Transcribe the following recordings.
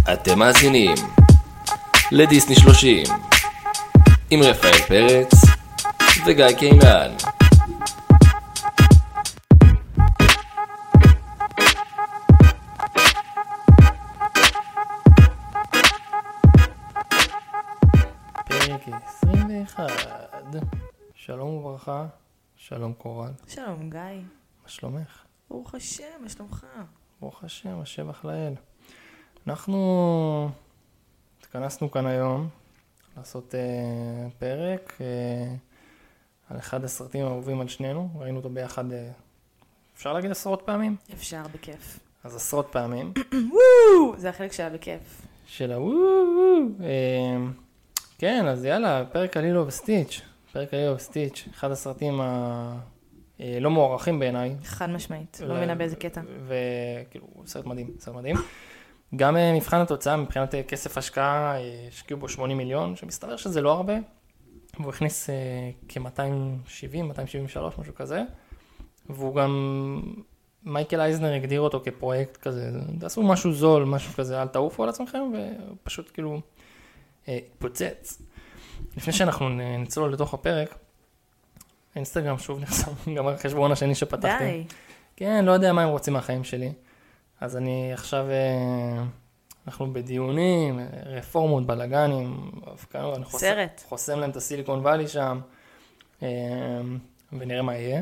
אתם מאזינים לדיסני 30 עם רפאל פרץ וגיא קינן. פרק 21. שלום וברכה. שלום קורל. שלום גיא. מה שלומך? ברוך השם, מה שלומך? ברוך השם, השבח לאל. אנחנו התכנסנו כאן היום לעשות פרק על אחד הסרטים האהובים על שנינו. ראינו אותו ביחד, אפשר להגיד עשרות פעמים? אפשר, בכיף. אז עשרות פעמים. וואו! זה החלק שהיה בכיף. של הוואו. כן, אז יאללה, פרק על לילו וסטיץ'. פרק על לילו וסטיץ', אחד הסרטים לא מוערכים בעיניי. חד משמעית, לא מבינה באיזה קטע. וכאילו, סרט מדהים, סרט מדהים. גם מבחן התוצאה, מבחינת כסף השקעה, השקיעו בו 80 מיליון, שמסתבר שזה לא הרבה. והוא הכניס כ-270, 273, משהו כזה. והוא גם, מייקל אייזנר הגדיר אותו כפרויקט כזה. תעשו משהו זול, משהו כזה, אל תעופו על עצמכם, ופשוט כאילו פוצץ. לפני שאנחנו נצלול לתוך הפרק, האינסטגרם שוב נחסם, גם החשבון השני שפתחתי. די. כן, לא יודע מה הם רוצים מהחיים שלי. אז אני עכשיו, אנחנו בדיונים, רפורמות, בלגנים, אני חוסם להם את הסיליקון ואלי שם, ונראה מה יהיה.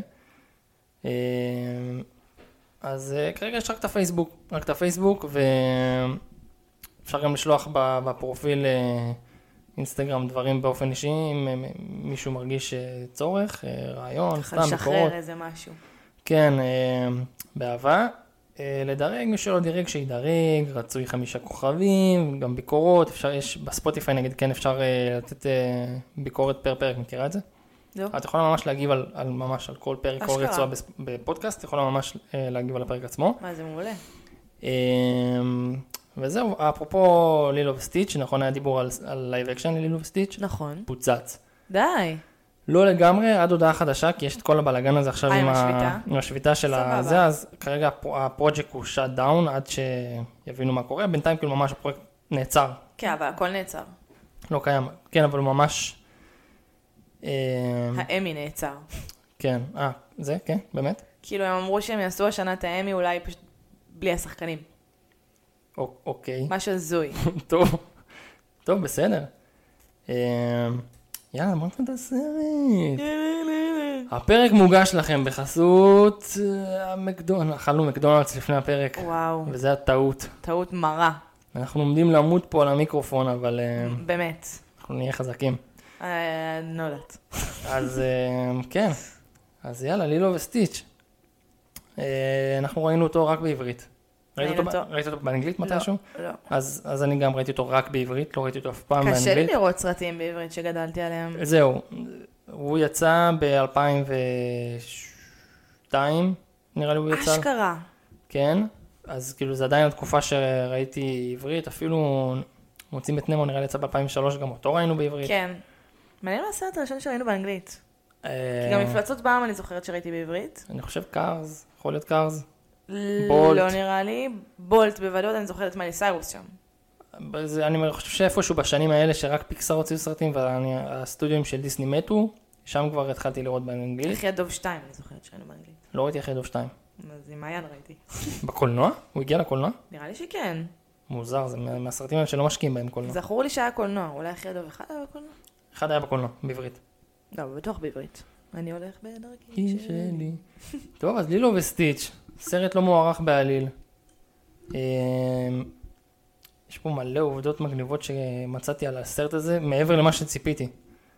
אז כרגע יש רק את הפייסבוק, ואפשר גם לשלוח בפרופיל אינסטגרם דברים באופן אישי, אם מישהו מרגיש צורך, רעיון, סתם ביקורות. לשחרר איזה משהו. כן, באהבה. לדרג, מי שלא דירג שידרג, רצוי 5 כוכבים, גם ביקורות, יש בספוטיפיי נגיד, כן אפשר לתת ביקורת פר פרק, מכירה את זה? לא. את יכולה ממש להגיב ממש על כל פרק, כל רצועה בפודקאסט, יכולה ממש להגיב על הפרק עצמו. מה, זה מעולה. וזהו, אפרופו לילו וסטיץ', נכון היה דיבור על לייב אקשן ללילו וסטיץ'? נכון. פוצץ. די. לא לגמרי, עד הודעה חדשה, כי יש את כל הבלגן הזה עכשיו עם השביתה של הזה, אז כרגע הפרויקט הוא shut down עד שיבינו מה קורה, בינתיים כאילו ממש הפרויקט נעצר. כן, אבל הכל נעצר. לא קיים, כן, אבל הוא ממש... האמי נעצר. כן, זה, כן, באמת? כאילו הם אמרו שהם יעשו השנה את האמי אולי פשוט בלי השחקנים. אוקיי. משהו הזוי. טוב, בסדר. יאללה, בוא נתחיל את הסרט. הפרק מוגש לכם בחסות המקדונלדס. אכלנו מקדונלדס לפני הפרק. וואו. וזה הטעות. טעות מרה. אנחנו עומדים למות פה על המיקרופון, אבל... באמת. אנחנו נהיה חזקים. נולדת. אז כן. אז יאללה, לילו וסטיץ'. אנחנו ראינו אותו רק בעברית. ראית אותו באנגלית מתישהו? לא. אז אני גם ראיתי אותו רק בעברית, לא ראיתי אותו אף פעם באנגלית. קשה לי לראות סרטים בעברית שגדלתי עליהם. זהו, הוא יצא ב-2002, נראה לי הוא יצא. אשכרה. כן, אז כאילו זה עדיין התקופה שראיתי עברית, אפילו מוצאים את נמו, נראה לי יצא ב-2003, גם אותו ראינו בעברית. כן. מעניין מה הסרט הראשון שראינו באנגלית. כי גם מפלצות בעם אני זוכרת שראיתי בעברית. אני חושב קארז, יכול להיות קארז. לא נראה לי. בולט בוודאות, אני זוכרת מלי סיירוס שם. אני חושב שאיפשהו בשנים האלה שרק פיקסאר הוציאו סרטים, והסטודיואים של דיסני מתו, שם כבר התחלתי לראות באנגלית. אחי הדוב 2, אני זוכרת שהיינו באנגלית. לא ראיתי אחי הדוב 2. אז עם מעיין ראיתי. בקולנוע? הוא הגיע לקולנוע? נראה לי שכן. מוזר, זה מהסרטים האלה שלא משקיעים בהם קולנוע. זכור לי שהיה קולנוע, אולי אחי הדוב אחד היה בקולנוע? אחד היה בקולנוע, בעברית. לא, בטוח בעברית. אני הולך בדרכי שלי. טוב, אז לילו וסטיץ', סרט לא מוערך בעליל. יש פה מלא עובדות מגניבות שמצאתי על הסרט הזה, מעבר למה שציפיתי.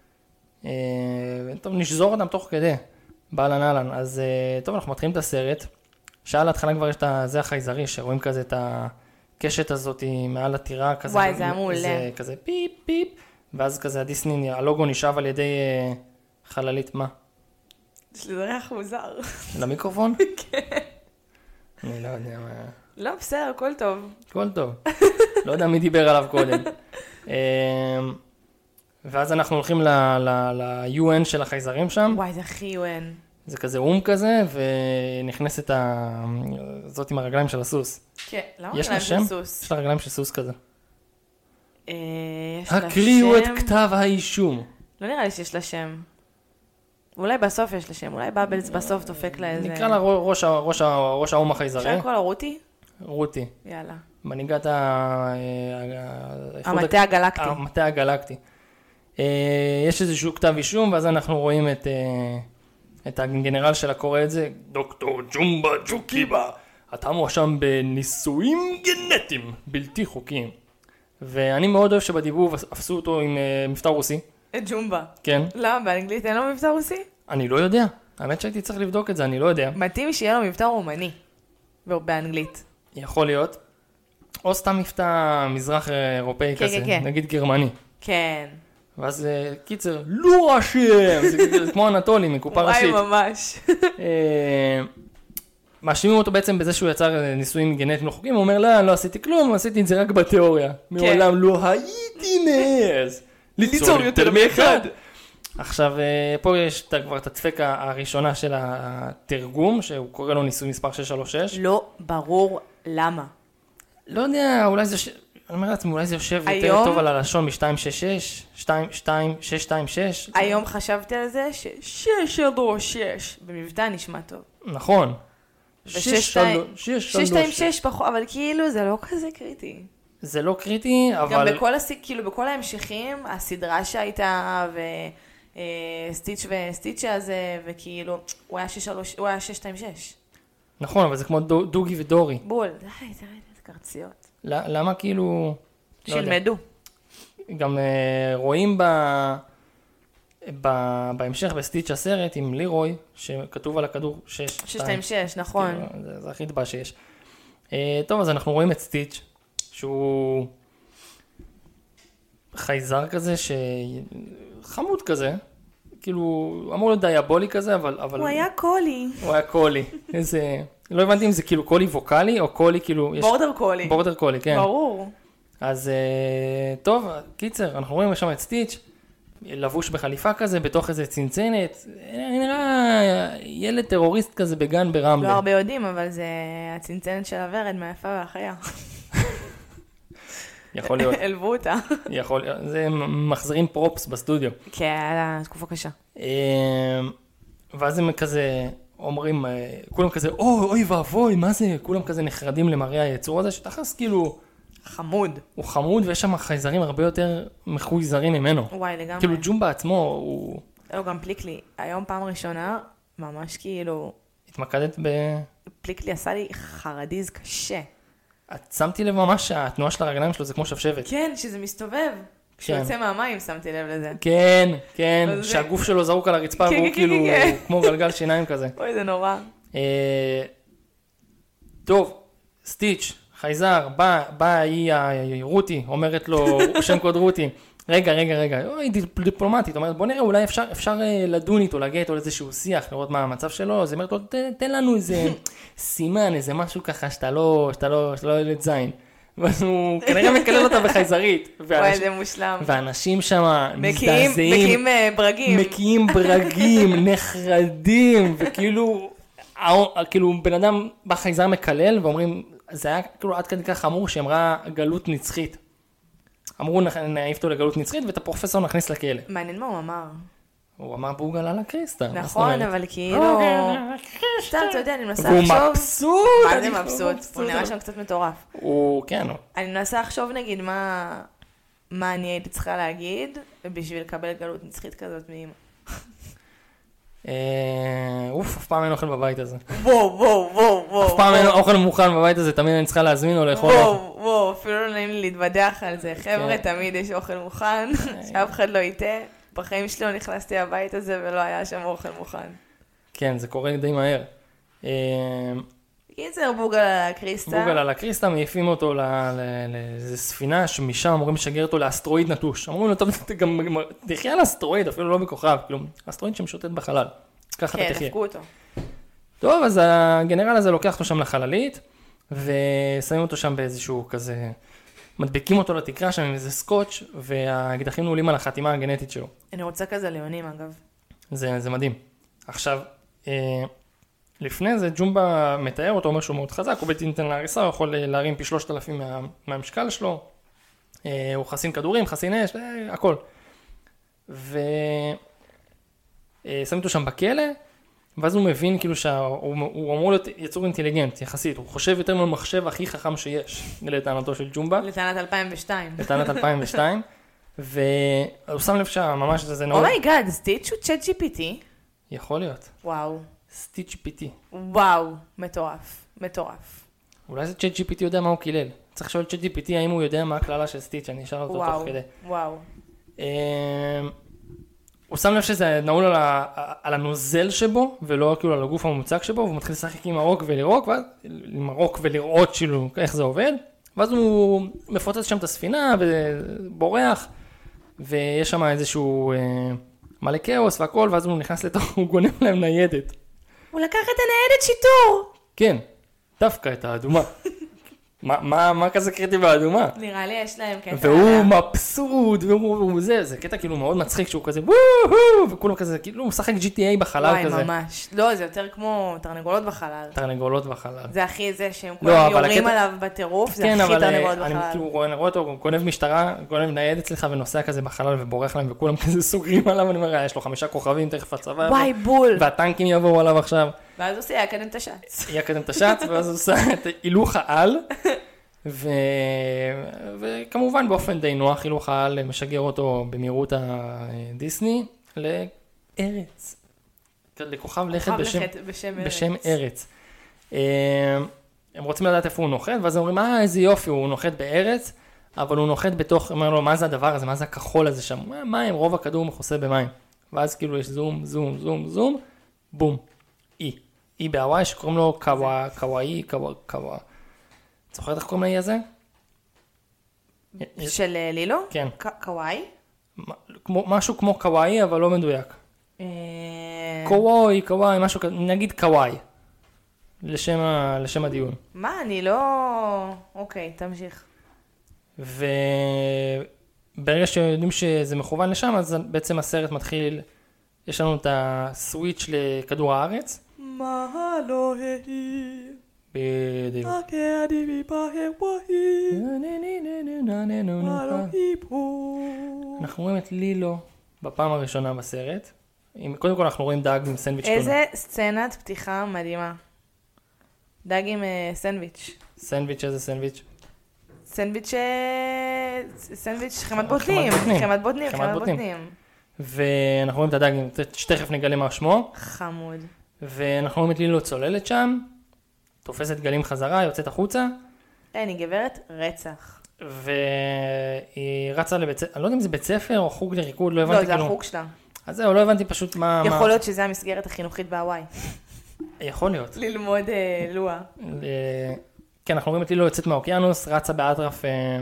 טוב, נשזור אותם תוך כדי, באלן אלן. אז טוב, אנחנו מתחילים את הסרט. שעל ההתחלה כבר יש את זה החייזרי, שרואים כזה את הקשת הזאת מעל הטירה. וואי, זה אמור זה כזה פיפ פיפ, ואז כזה הדיסני, הלוגו נשאב על ידי חללית, מה? יש לי ריח מוזר. למיקרופון? כן. אני לא יודע מה... לא, בסדר, הכל טוב. הכל טוב. לא יודע מי דיבר עליו קודם. ואז אנחנו הולכים ל-UN של החייזרים שם. וואי, זה הכי UN. זה כזה כזה, ונכנסת זאת עם הרגליים של הסוס. כן, למה רגליים של סוס? יש לה רגליים של סוס כזה. יש לה שם... הקריאו את כתב האישום. לא נראה לי שיש לה שם. אולי בסוף יש לה שם, אולי בבלס בסוף דופק לה איזה... נקרא לה ראש האום החייזרי. אפשר לקרוא לה רותי? רותי. יאללה. מנהיגת המטה הגלקטי. המטה הגלקטי. יש איזשהו כתב אישום, ואז אנחנו רואים את הגנרל שלה קורא את זה, דוקטור ג'ומבה ג'וקיבה, אתה מואשם בניסויים גנטיים בלתי חוקיים. ואני מאוד אוהב שבדיבוב אפסו אותו עם מבטא רוסי. את ג'ומבה. כן. למה? באנגלית אין לו מבטא רוסי? אני לא יודע. האמת שהייתי צריך לבדוק את זה, אני לא יודע. מתאים שיהיה לו מבטא רומני. באנגלית. יכול להיות. או סתם מבטא מזרח אירופאי כזה, נגיד גרמני. כן. ואז קיצר, לא אשם! זה כמו אנטולי, מקופה ראשית. וואי, ממש. מאשימים אותו בעצם בזה שהוא יצר ניסויים גנטיים לא חוקיים, הוא אומר, לא עשיתי כלום, עשיתי את זה רק בתיאוריה. מעולם לא הייתי נעז. ליצור יותר מאחד. עכשיו, פה יש כבר את הדפקה הראשונה של התרגום, שהוא קורא לו ניסוי מספר 636. לא ברור למה. לא יודע, אולי זה... אני אומר לעצמי, אולי זה יושב יותר טוב על הלשון מ-266, 626. היום חשבתי על זה ש-636 במבטא נשמע טוב. נכון. 626 פחות, אבל כאילו זה לא כזה קריטי. זה לא קריטי, אבל... גם בכל ההמשכים, הסדרה שהייתה, וסטיץ' וסטיצ'ה הזה, וכאילו, הוא היה 626. נכון, אבל זה כמו דוגי ודורי. בול, די, איזה קרציות. למה כאילו... שילמדו. גם רואים בהמשך בסטיץ' הסרט עם לירוי, שכתוב על הכדור 626, נכון. זה הכי דבא שיש. טוב, אז אנחנו רואים את סטיץ', שהוא חייזר כזה, חמוד כזה, כאילו, אמור להיות דיאבולי כזה, אבל... הוא היה קולי. הוא היה קולי. איזה... לא הבנתי אם זה כאילו קולי ווקלי, או קולי כאילו... בורדר קולי. בורדר קולי, כן. ברור. אז טוב, קיצר, אנחנו רואים שם את סטיץ', לבוש בחליפה כזה, בתוך איזה צנצנת, נראה ילד טרוריסט כזה בגן ברמלה. לא הרבה יודעים, אבל זה הצנצנת של הוורד מהיפה והחיה. יכול להיות. אלבו אותה. יכול להיות, זה מחזירים פרופס בסטודיו. כן, היה תקופה קשה. ואז הם כזה אומרים, כולם כזה, אוי ואבוי, מה זה? כולם כזה נחרדים למראה היצור הזה, שתכלס כאילו... חמוד. הוא חמוד, ויש שם חייזרים הרבה יותר מחויזרים ממנו. וואי, לגמרי. כאילו ג'ומבה עצמו הוא... לא, גם פליקלי. היום פעם ראשונה, ממש כאילו... התמקדת ב... פליקלי עשה לי חרדיז קשה. את שמתי לב ממש שהתנועה של הרגליים שלו זה כמו שבשבת. כן, שזה מסתובב. כשהוא יוצא מהמים שמתי לב לזה. כן, כן, שהגוף שלו זרוק על הרצפה והוא כאילו כמו גלגל שיניים כזה. אוי, זה נורא. טוב, סטיץ', חייזר, באה היא רותי, אומרת לו, שם קוד רותי, רגע, היא דיפלומטית, אומרת, בוא נראה, אולי אפשר לדון איתו, להגיע איתו לאיזשהו שיח, לראות מה המצב שלו, אז היא אומרת לו, תן לנו איזה סימן, איזה משהו ככה, שאתה לא ילד זין. ואז הוא כנראה מקלל אותה בחייזרית. וואי, זה מושלם. ואנשים שם מזדעזעים. מקיאים ברגים, נחרדים, וכאילו, בן אדם בחייזר מקלל, ואומרים, זה היה כאילו עד כדי כך חמור, שאמרה גלות נצחית. אמרו נעיף אותו לגלות נצחית, ואת הפרופסור נכניס לכלא. מעניין מה הוא אמר. הוא אמר בוגל על הקריסטה. נכון, אבל כאילו... סתם, אתה יודע, אני מנסה לחשוב... והוא מבסוט. מה זה מבסוט? הוא נראה שם קצת מטורף. הוא, כן. אני מנסה לחשוב, נגיד, מה אני הייתי צריכה להגיד, בשביל לקבל גלות נצחית כזאת מאמא. אוף, אף פעם אין אוכל בבית הזה. וואו. אף פעם אין אוכל מוכן בבית הזה, תמיד אני צריכה להזמין או לאכול. וואו, אפילו לא נעים לי להתוודח על זה. חבר'ה, תמיד יש אוכל מוכן, שאף אחד לא ייתה. בחיים שלי לא נכנסתי לבית הזה ולא היה שם אוכל מוכן. כן, זה קורה די מהר. קיצר, בוגל על הקריסטה. בוגל על הקריסטה, מעיפים אותו לאיזו ספינה, שמשם אמורים לשגר אותו לאסטרואיד נטוש. אמרו לו, טוב, גם תחיה על אסטרואיד, אפילו לא בכוכב, כאילו, אסטרואיד שמשוטט בחלל. ככה אתה תחיה. כן, דפקו אותו. טוב, אז הגנרל הזה לוקח אותו שם לחללית, ושמים אותו שם באיזשהו כזה, מדביקים אותו לתקרה שם עם איזה סקוץ', והאקדחים נעולים על החתימה הגנטית שלו. אני רוצה כזה ליונים, אגב. זה מדהים. עכשיו, לפני זה ג'ומבה מתאר אותו, אומר שהוא מאוד חזק, הוא בלתי ניתן להריסה, הוא יכול להרים פי 3,000 מהמשקל שלו, הוא חסין כדורים, חסין אש, הכל. ושמים אותו שם בכלא, ואז הוא מבין כאילו שהוא אמור להיות יצור אינטליגנט, יחסית. הוא חושב יותר מהמחשב הכי חכם שיש, לטענתו של ג'ומבה. לטענת 2002. לטענת 2002. והוא שם לב שממש זה נורא. אומייגאד, סטיץ' הוא צ'אט GPT? יכול להיות. וואו. סטיץ' GPT. וואו, מטורף, מטורף. אולי זה צ'אט GPT יודע מה הוא קילל. צריך לשאול צ'אט GPT האם הוא יודע מה הכללה של סטיץ', אני אשאר אותו תוך כדי. וואו. הוא שם לב שזה נעול על הנוזל שבו, ולא כאילו על הגוף הממוצק שבו, והוא מתחיל לשחק עם הרוק ולירוק, עם הרוק ולראות כאילו איך זה עובד, ואז הוא מפוצץ שם את הספינה ובורח, ויש שם איזשהו מלא כאוס והכל, ואז הוא נכנס לתוך, הוא גונב להם ניידת. הוא לקח את הניידת שיטור! כן, דווקא את האדומה. מה כזה קריטי באדומה? נראה לי יש להם קטע. והוא מבסוט, והוא זה קטע כאילו מאוד מצחיק שהוא כזה וואו, וכולו כזה, כאילו הוא משחק GTA בחלל כזה. וואי, ממש. לא, זה יותר כמו תרנגולות בחלל. תרנגולות בחלל. זה הכי זה שהם כולם יורים עליו בטירוף, זה הכי תרנגולות בחלל. אני כאילו רואה אותו, גונב משטרה, גונב נייד אצלך ונוסע כזה בחלל ובורח להם, וכולם כזה סוגרים עליו, אני אומר, יש לו 5 כוכבים, תכף הצבא. וואי, בול. והטנקים יבואו עליו עכשיו. ואז הוא עושה, יקדם את השץ. יקדם את השץ, ואז הוא עושה את הילוך העל. וכמובן באופן די נוח, הילוך העל משגר אותו במהירות הדיסני לארץ. לכוכב לכת בשם ארץ. הם רוצים לדעת איפה הוא נוחת, ואז הם אומרים, איזה יופי, הוא נוחת בארץ, אבל הוא נוחת בתוך, אומר לו, מה זה הדבר הזה, מה זה הכחול הזה שם? מים, רוב הכדור מכוסה במים. ואז כאילו יש זום, זום, זום, זום, בום, אי בהוואי שקוראים לו קוואי. זוכרת איך קוראים לאי הזה? של לילו? כן. קוואי? משהו כמו קוואי, אבל לא מדויק. קוואי, משהו כזה, נגיד קוואי. לשם הדיון. מה, אני לא... אוקיי, תמשיך. וברגע שיודעים שזה מכוון לשם, אז בעצם הסרט מתחיל, יש לנו את הסוויץ' לכדור הארץ. מה לא היא? בדיוק. אנחנו רואים את לילו בפעם הראשונה בסרט. קודם כל אנחנו רואים דג עם סנדוויץ'. איזה סצנת פתיחה מדהימה. דג עם סנדוויץ'. סנדוויץ', איזה סנדוויץ'? סנדוויץ' חמת בוטנים. חמת בוטנים. ואנחנו רואים את הדג, שתכף נגלה מה שמו. חמוד. ואנחנו רואים את לילו צוללת שם. תופסת גלים חזרה, יוצאת החוצה. אין, היא גברת רצח. והיא רצה לבית ספר, אני לא יודע אם זה בית ספר או חוג לריקוד, לא הבנתי. לא, זה החוג שלה. אז זהו, לא הבנתי פשוט מה... יכול להיות שזה המסגרת החינוכית בהוואי. יכול להיות. ללמוד לואה. כן, אנחנו רואים את לילו יוצאת מהאוקיינוס, רצה באטרף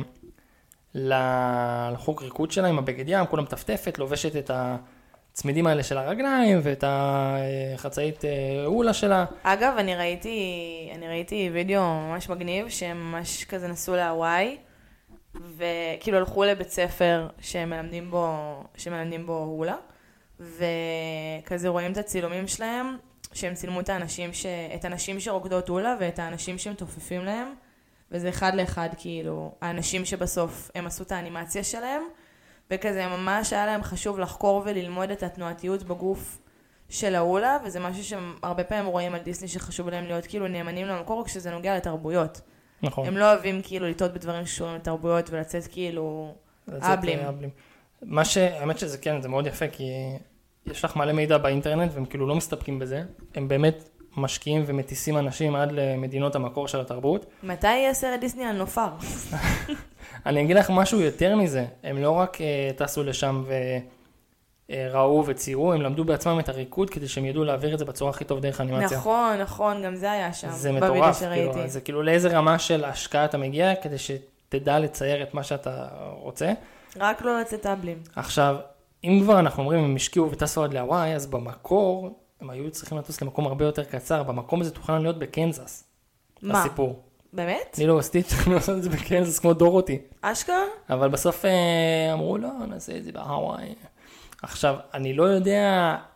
לחוג ריקוד שלה עם הבגד ים, כולה מטפטפת, לובשת את הצמידים האלה של הרגליים ואת החצאית אולה שלה. אגב, אני ראיתי וידאו ממש מגניב, שהם ממש כזה נסעו להוואי, וכאילו הלכו לבית ספר שמלמדים בו הולה, וכזה רואים את הצילומים שלהם, שהם צילמו את האנשים שרוקדות הולה ואת האנשים שמתופפים להם, וזה אחד לאחד כאילו, האנשים שבסוף הם עשו את האנימציה שלהם, וכזה ממש היה להם חשוב לחקור וללמוד את התנועתיות בגוף של ההולה, וזה משהו שהרבה פעמים רואים על דיסני שחשוב להם להיות כאילו נאמנים למקור כשזה נוגע לתרבויות. נכון. הם לא אוהבים כאילו לטעות בדברים שקשורים לתרבויות ולצאת כאילו אבלים. האמת שזה כן, זה מאוד יפה, כי יש לך מלא מידע באינטרנט והם כאילו לא מסתפקים בזה. הם באמת משקיעים ומטיסים אנשים עד למדינות המקור של התרבות. מתי יהיה סרט דיסני על נופר? אני אגיד לך משהו יותר מזה. הם לא רק טסו לשם וראו וציירו, הם למדו בעצמם את הריקוד כדי שהם ידעו להעביר את זה בצורה הכי טוב דרך אנימציה. נכון, גם זה היה שם. זה מטורף, כאילו, זה כאילו לאיזה רמה של השקעה אתה מגיע כדי שתדע לצייר את מה שאתה רוצה. רק לא לצאת אבלים. עכשיו, אם כבר אנחנו אומרים, הם השקיעו וטסו עד להוואי, אז במקור הם היו צריכים לטוס למקום הרבה יותר קצר. במקום הזה תוכנן להיות בקנזס. מה? הסיפור. באמת? לילו וסטיץ' צריכים לעשות את זה בקנזס כמו דורותי. אשכרה? אבל בסוף אמרו, לא, נעשה את זה בהוואי. עכשיו, אני לא יודע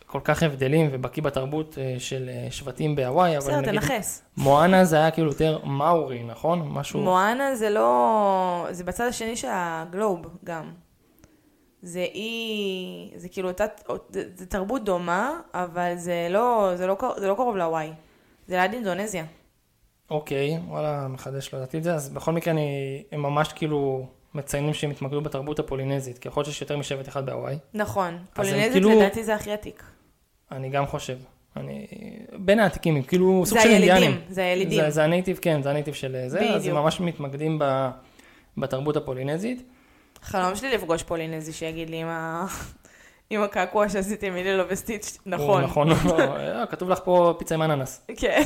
כל כך הבדלים ובקיא בתרבות של שבטים בהוואי, אבל בסדר, נגיד, תנחס. מואנה זה היה כאילו יותר מאורי, נכון? משהו... מואנה זה לא... זה בצד השני של הגלוב גם. זה כאילו זה תרבות דומה, אבל זה לא קרוב להוואי. זה ליד אינדונזיה. אוקיי, וואלה, מחדש לא ידעתי את זה, אז בכל מקרה הם ממש כאילו מציינים שהם התמקדו בתרבות הפולינזית, כי יכול להיות שיש יותר משבט אחד בהוואי. נכון, פולינזית כאילו... לדעתי זה הכי עתיק. אני גם חושב. בין העתיקים, כאילו סוג של אינדיאנים. זה הילידים. זה הנייטיב, כן, זה הנייטיב של זה, בדיוק. אז הם ממש מתמקדים בתרבות הפולינזית. חלום שלי לפגוש פולינזי שיגיד לי עם הקעקוע שעשיתי מלילו וסטיץ', נכון. נכון, כתוב לך פה פיצה עם אננס. כן.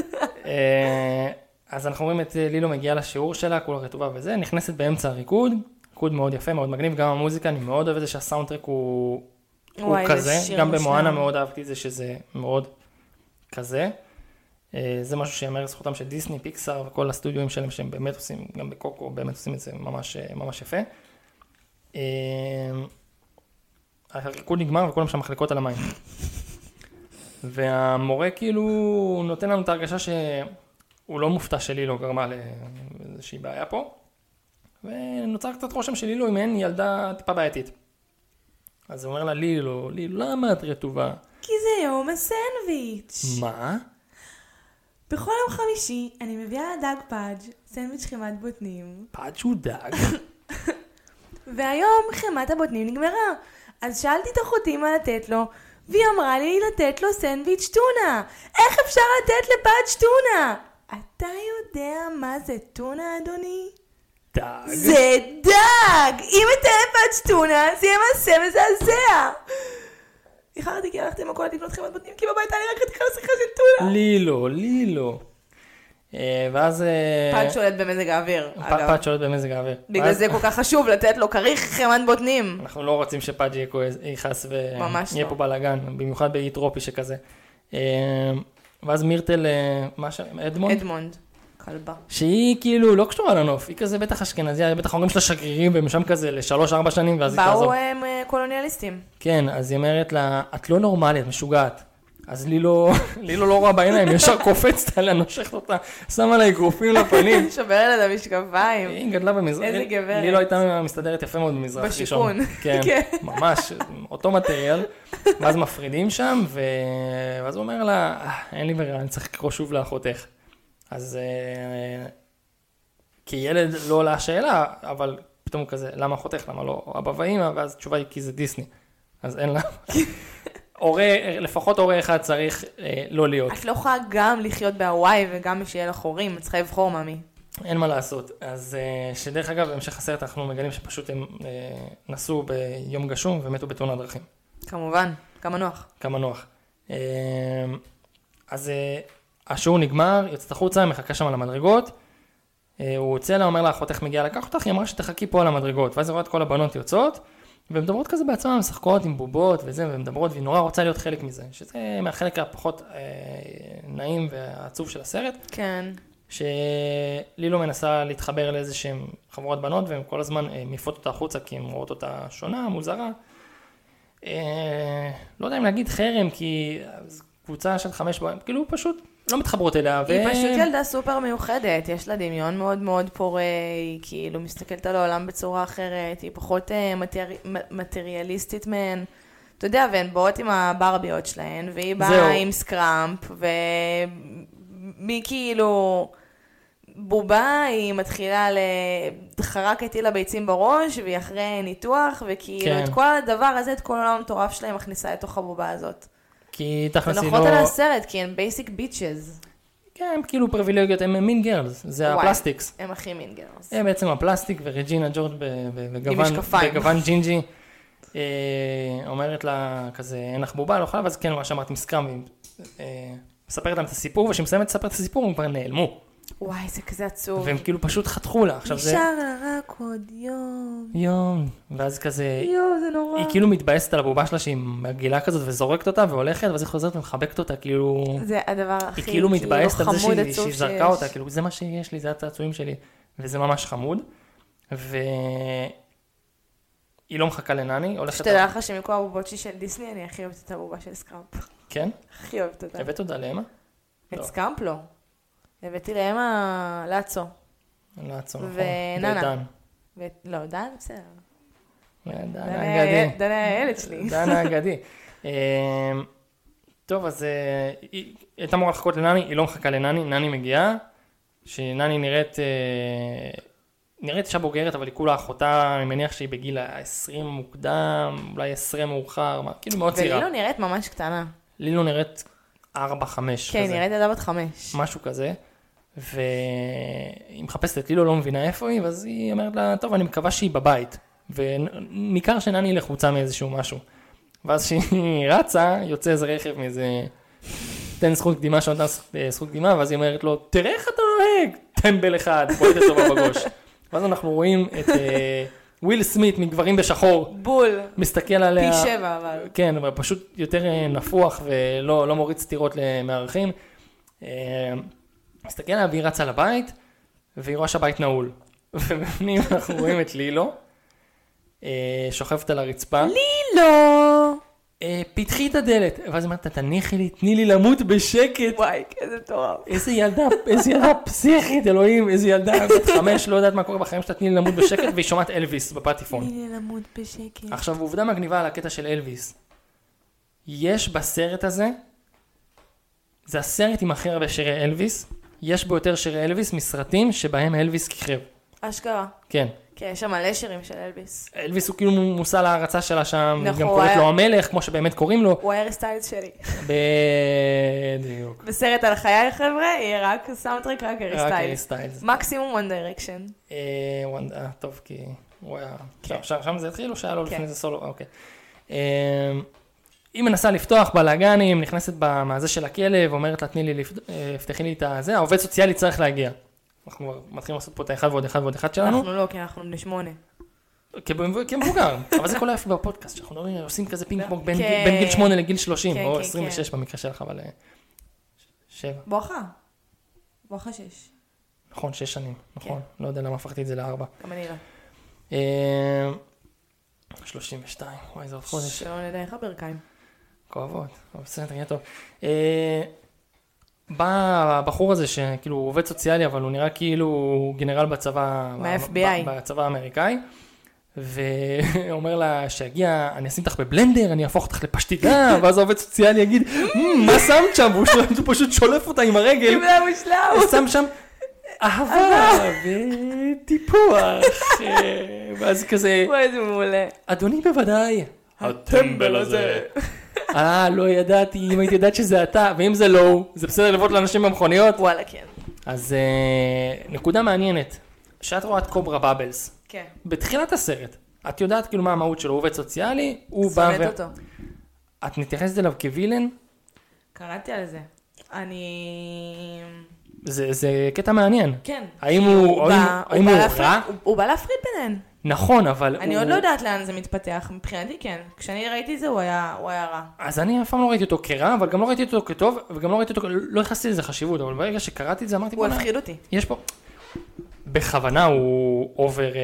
אז אנחנו רואים את לילו מגיעה לשיעור שלה, כולה רטובה וזה, נכנסת באמצע הריקוד, ריקוד מאוד יפה, מאוד מגניב, גם המוזיקה, אני מאוד אוהב את זה שהסאונדטרק הוא כזה, גם במואנה מאוד אהבתי את זה שזה מאוד כזה. זה משהו שיאמר לזכותם של דיסני, פיקסאר וכל הסטודיואים שלהם שהם באמת עושים, גם בקוקו באמת עושים את זה ממש יפה. הריקוד נגמר וכולם שם מחלקות על המים. והמורה כאילו נותן לנו את ההרגשה שהוא לא מופתע שלילו גרמה לאיזושהי בעיה פה. ונוצר קצת רושם שלילו אם אין ילדה טיפה בעייתית. אז הוא אומר לה, לילו, למה את רטובה? כי זה יום הסנדוויץ'. מה? בכל יום חמישי אני מביאה דג פאג', סנדוויץ' חמת בוטנים. פאג' הוא דג? והיום חמת הבוטנים נגמרה. אז שאלתי את אחותי מה לתת לו, והיא אמרה לי לתת לו סנדוויץ' טונה. איך אפשר לתת לפאג' טונה? אתה יודע מה זה טונה, אדוני? דג. זה דג! אם אתן לפאג' טונה, זה יהיה מעשה מזעזע. איחרתי כי הלכתי למכולת לקנות חמת בוטנים, כי בבית אני רק רתיחה לשיחה של טונה. לילו. ואז... פאג' שולט במזג האוויר, אגב. פאג' שולט במזג האוויר. בגלל זה כל כך חשוב לתת לו כריך חמת בוטנים. אנחנו לא רוצים שפאג' יכעס ויהיה פה בלגן, במיוחד באי טרופי שכזה. ואז מירטל, אדמונד, כלבה. שהיא כאילו לא קשורה לנוף, היא כזה בטח אשכנזיה, בטח הורים שלה שגרירים, והם שם כזה ל3-4 שנים, ואז היא תעזור. באו הם קולוניאליסטים. כן, אז היא אומרת לה, את לא נורמלית, משוגעת. אז לילו לא רואה בעיניים, ישר קופצת עליה, נושכת אותה, שמה לה אגרופים לפנים. שובר לה את המשקפיים. היא גדלה במזרח. איזה גברת. לילו הייתה מסתדרת יפה מאוד במזרח. בשיכון. כן, ממש, אותו מטריאל. ואז מפרידים שם, ואז הוא אומר לה, אין לי ברירה, אני צריך לקרוא שוב לאחותך. אז כילד לא עולה השאלה, אבל פתאום כזה, למה אחותך, למה לא אבא ואמא, ואז התשובה היא כי זה דיסני. אז אין לה. לפחות הורה אחד צריך לא להיות. את לא יכולה גם לחיות בהוואי וגם שיהיה לך הורים, את צריכה לבחור ממי. אין מה לעשות. אז שדרך אגב, בהמשך הסרט אנחנו מגלים שפשוט הם נסעו ביום גשום ומתו בתאונת דרכים. כמובן, כמה נוח. אז השיעור נגמר, יוצאת החוצה, מחכה שם על המדרגות. הוא יוצא לה, אומר לה, אחותך מגיעה לקח אותך, היא אמרה שתחכי פה על המדרגות. ואז היא רואה את כל הבנות יוצאות. והן מדברות כזה בעצמן, משחקות עם בובות וזה, והן מדברות, והיא נורא רוצה להיות חלק מזה, שזה מהחלק הפחות נעים והעצוב של הסרט. כן. שלילו מנסה להתחבר לאיזה שהן חבורת בנות, והן כל הזמן מעיפות אותה החוצה, כי הן רואות אותה שונה, מוזרה. לא יודע אם להגיד חרם, כי קבוצה של 5 בועם, כאילו פשוט לא מתחברות אליה. היא פשוט ילדה סופר מיוחדת, יש לה דמיון מאוד מאוד פורה, היא כאילו מסתכלת על העולם בצורה אחרת, היא פחות מטריאליסטית מהן, אתה יודע, והן באות עם הברביות שלהן, והיא באה עם סקראמפ, ומי כאילו בובה, היא מתחילה לחרק איתי לביצים בראש, והיא אחרי ניתוח, וכאילו את כל הדבר הזה, את כל העולם המטורף שלהם מכניסה לתוך הבובה הזאת. כי תכלס היא לא... ונוחות על הסרט, כי הן basic bitches. כן, הם כאילו פריבילגיות, הם מין גרלס, זה הפלסטיקס. הם הכי מין גרלס. הם בעצם הפלסטיק, ורג'ינה ג'ורג' בגוון ג'ינג'י, אומרת לה כזה, אין לך בובה, לא יכולה, ואז כן, מה שאמרת, מסקרם, מספרת להם את הסיפור, וכשהיא מסיימת לספר את הסיפור, הם כבר נעלמו. וואי, זה כזה עצוב. והם כאילו פשוט חתכו לה. נשאר לה רק עוד יום. ואז כזה... זה נורא. היא כאילו מתבאסת על הבובה שלה שהיא מגילה כזאת וזורקת אותה והולכת, ואז היא חוזרת ומחבקת אותה, כאילו... זה הדבר הכי היא כאילו מתבאסת על זה שהיא זרקה אותה, שיש. כאילו זה מה שיש לי, זה הצעצועים שלי, וזה ממש חמוד. והיא היא לא מחכה לנני, הולכת... שתדע לך שמכל הבובות שלי של דיסני, אני הכי אוהבת את הבובה של סקראמפ. כן? הכי אוהבת אותה. הבאת אותה לאמה? את סקראמפ לא. הבאתי לאמה לאצו. לאצו, נכון. וננה. ודן. לא, דן בסדר. דן האגדי. דן הילד שלי. דן האגדי. טוב, אז היא הייתה אמורה לחכות לנני, היא לא מחכה לנני, נני מגיעה, שנני נראית אישה בוגרת, אבל היא כולה אחותה, אני מניח שהיא בגיל ה-20 מוקדם, אולי 10 מאוחר, כאילו מאוד צעירה. ולילו נראית ממש קטנה. לילו נראית 4-5 כזה. כן, נראית ילדה בת 5. משהו כזה, והיא מחפשת את לילו, לא מבינה איפה היא, ואז היא אומרת לה, טוב, אני מקווה שהיא בבית, וניכר שנני לחוצה מאיזשהו משהו. ואז שהיא רצה, יוצא איזה רכב מאיזה... תן זכות קדימה, שנותן זכות קדימה, ואז היא אומרת לו, תראה איך אתה נוהג, טמבל אחד, בואי תסובב בגוש. ואז אנחנו רואים את וויל סמית מגברים בשחור. בול. מסתכל עליה. פי 7 אבל. כן, אבל פשוט יותר נפוח ולא מוריד סתירות למארחים. מסתכל עליה והיא רצה לבית, והיא רואה שהבית נעול. ובפנים אנחנו רואים את לילו, שוכבת על הרצפה. לילו! פתחי את הדלת, ואז אמרת, תניחי לי, תני לי למות בשקט. וואי, איזה טוב. איזה ילדה פסיכית, אלוהים, איזה ילדה בת 5, לא יודעת מה קורה בחיים שלה, תני לי למות בשקט, והיא שומעת אלוויס בפטיפון. תני לי למות בשקט. עכשיו, עובדה מגניבה על הקטע של אלוויס. יש בסרט הזה, זה הסרט עם הכי הרבה שירי אלוויס, יש בו יותר שירי אלוויס מסרטים שבהם אלוויס כיכב. אשכרה. כן. כן, יש שם מלא שירים של אלוויס. אלוויס הוא כאילו מושא להרצה שלה שם, נכון, גם קוראת לו המלך, כמו שבאמת קוראים לו. הוא הארי סטיילס שלי. בדיוק. בסרט על חיי חבר'ה, יהיה רק סאונדטרק, רק הארי רק הארי סטיילס. סטיילס. מקסימום One Direction. טוב, כי הוא היה... שם זה התחיל או שהיה לו לפני זה סולו? אוקיי. היא מנסה לפתוח בלאגנים, נכנסת במעזה של הכלב, אומרת לה, תני לי, פתחי לי את הזה, העובד סוציאלי צריך להגיע. אנחנו מתחילים לעשות פה את האחד ועוד אחד ועוד אחד שלנו. אנחנו לא, כי אנחנו בני 8. כמבוגר, אבל זה כל היפה בפודקאסט, שאנחנו עושים כזה פינג פונג בין גיל 8 לגיל 30, או 26 במקרה שלך, אבל 7. בואכה 6. נכון, 6 שנים, נכון, לא יודע למה הפכתי את זה ל4. גם אני לא. 32, וואי, זה עוד חודש. שלא נדע איך הברכיים. כואבות, אבל בסדר, יהיה טוב. בא הבחור הזה שכאילו הוא עובד סוציאלי, אבל הוא נראה כאילו גנרל בצבא, מה-FBI. בצבא האמריקאי, ואומר לה שיגיע, אני אשים אותך בבלנדר, אני אהפוך אותך לפשטידה, ואז העובד סוציאלי יגיד, מה שמת שם? והוא פשוט שולף אותה עם הרגל, הוא שם שם אהבה וטיפוח, ואז כזה, וואי, זה מעולה. אדוני בוודאי, הטמבל הזה. לא ידעתי, אם הייתי יודעת שזה אתה, ואם זה לא, זה בסדר לבוא לאנשים במכוניות. וואלה, כן. אז נקודה מעניינת, שאת רואה את קוברה בבלס, כן. בתחילת הסרט, את יודעת כאילו מה המהות שלו, הוא עובד סוציאלי, הוא בא שונאת אותו. את מתייחסת אליו כווילן? קראתי על זה. זה קטע מעניין. כן. האם הוא רע? הוא בא להפריד ביניהן. נכון, אבל אני עוד לא יודעת לאן זה מתפתח, מבחינתי כן. כשאני ראיתי את זה הוא היה רע. אז אני אף פעם לא ראיתי אותו כרע, אבל גם לא ראיתי אותו כטוב, וגם לא ראיתי אותו, לא יחסתי לזה חשיבות, אבל ברגע שקראתי את זה אמרתי, הוא הפחיד אותי. יש פה, בכוונה הוא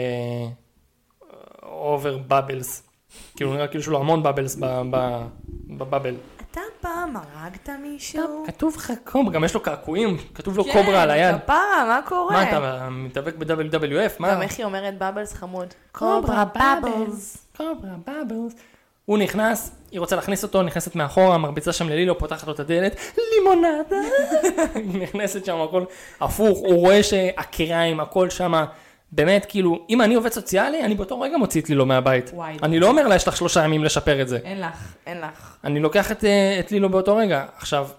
אובר בבלס, כאילו נראה כאילו שלו המון בבלס בבבל. אתה פעם הרגת מישהו? כתוב לך קוברה, גם יש לו קעקועים, כתוב לו קוברה על היד. כן, כפרה, מה קורה? מה אתה מתאבק ב-WWF? גם איך היא אומרת בבלס חמוד? קוברה בבלס. קוברה בבלס. הוא נכנס, היא רוצה להכניס אותו, נכנסת מאחורה, מרביצה שם ללילו, פותחת לו את הדלת, לימונדה. היא נכנסת שם, הכל הפוך, הוא רואה שהקיריים, הכל שם, באמת, כאילו, אם אני עובד סוציאלי, אני באותו רגע מוציא את לילו מהבית. אני לא אומר לה, יש לך 3 ימים לשפר את זה. אין לך. אני לוקח את לילו באותו רגע. עכשיו,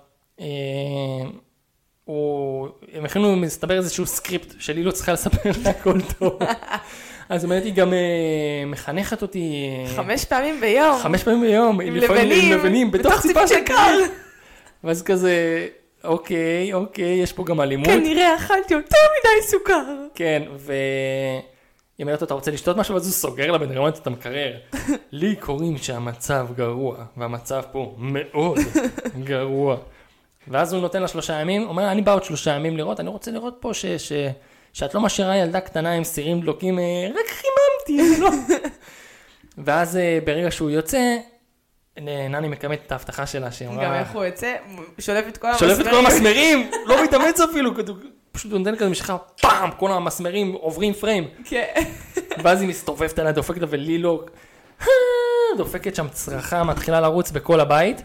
הם הכינו, מסתבר איזשהו סקריפט של לילו צריכה לספר לה הכל טוב. אז באמת היא גם מחנכת אותי 5 פעמים ביום. 5 פעמים ביום. עם לבנים. בתוך ציפה של קר. ואז כזה, אוקיי, יש פה גם אלימות. כנראה אכלתי יותר מדי סוכר. כן, היא אומרת, אתה רוצה לשתות משהו? ואז הוא סוגר לה בדרמות את המקרר. לי קוראים שהמצב גרוע, והמצב פה מאוד גרוע. ואז הוא נותן לה 3 ימים, הוא אומר, אני בא עוד 3 ימים לראות, אני רוצה לראות פה שאת לא משאירה ילדה קטנה עם סירים דלוקים, רק חיממתי, לא. ואז ברגע שהוא יוצא, נני מקמת את ההבטחה שלה, שאמרה... גם איך הוא יוצא, שולף את כל שולף את כל המסמרים, לא מתאמץ אפילו, פשוט נותן כזה משכה, פעם, כל המסמרים עוברים פריים. כן. ואז היא מסתובבת עליה, דופקת לה ולילו, דופקת שם צרחה, מתחילה לרוץ בכל הבית.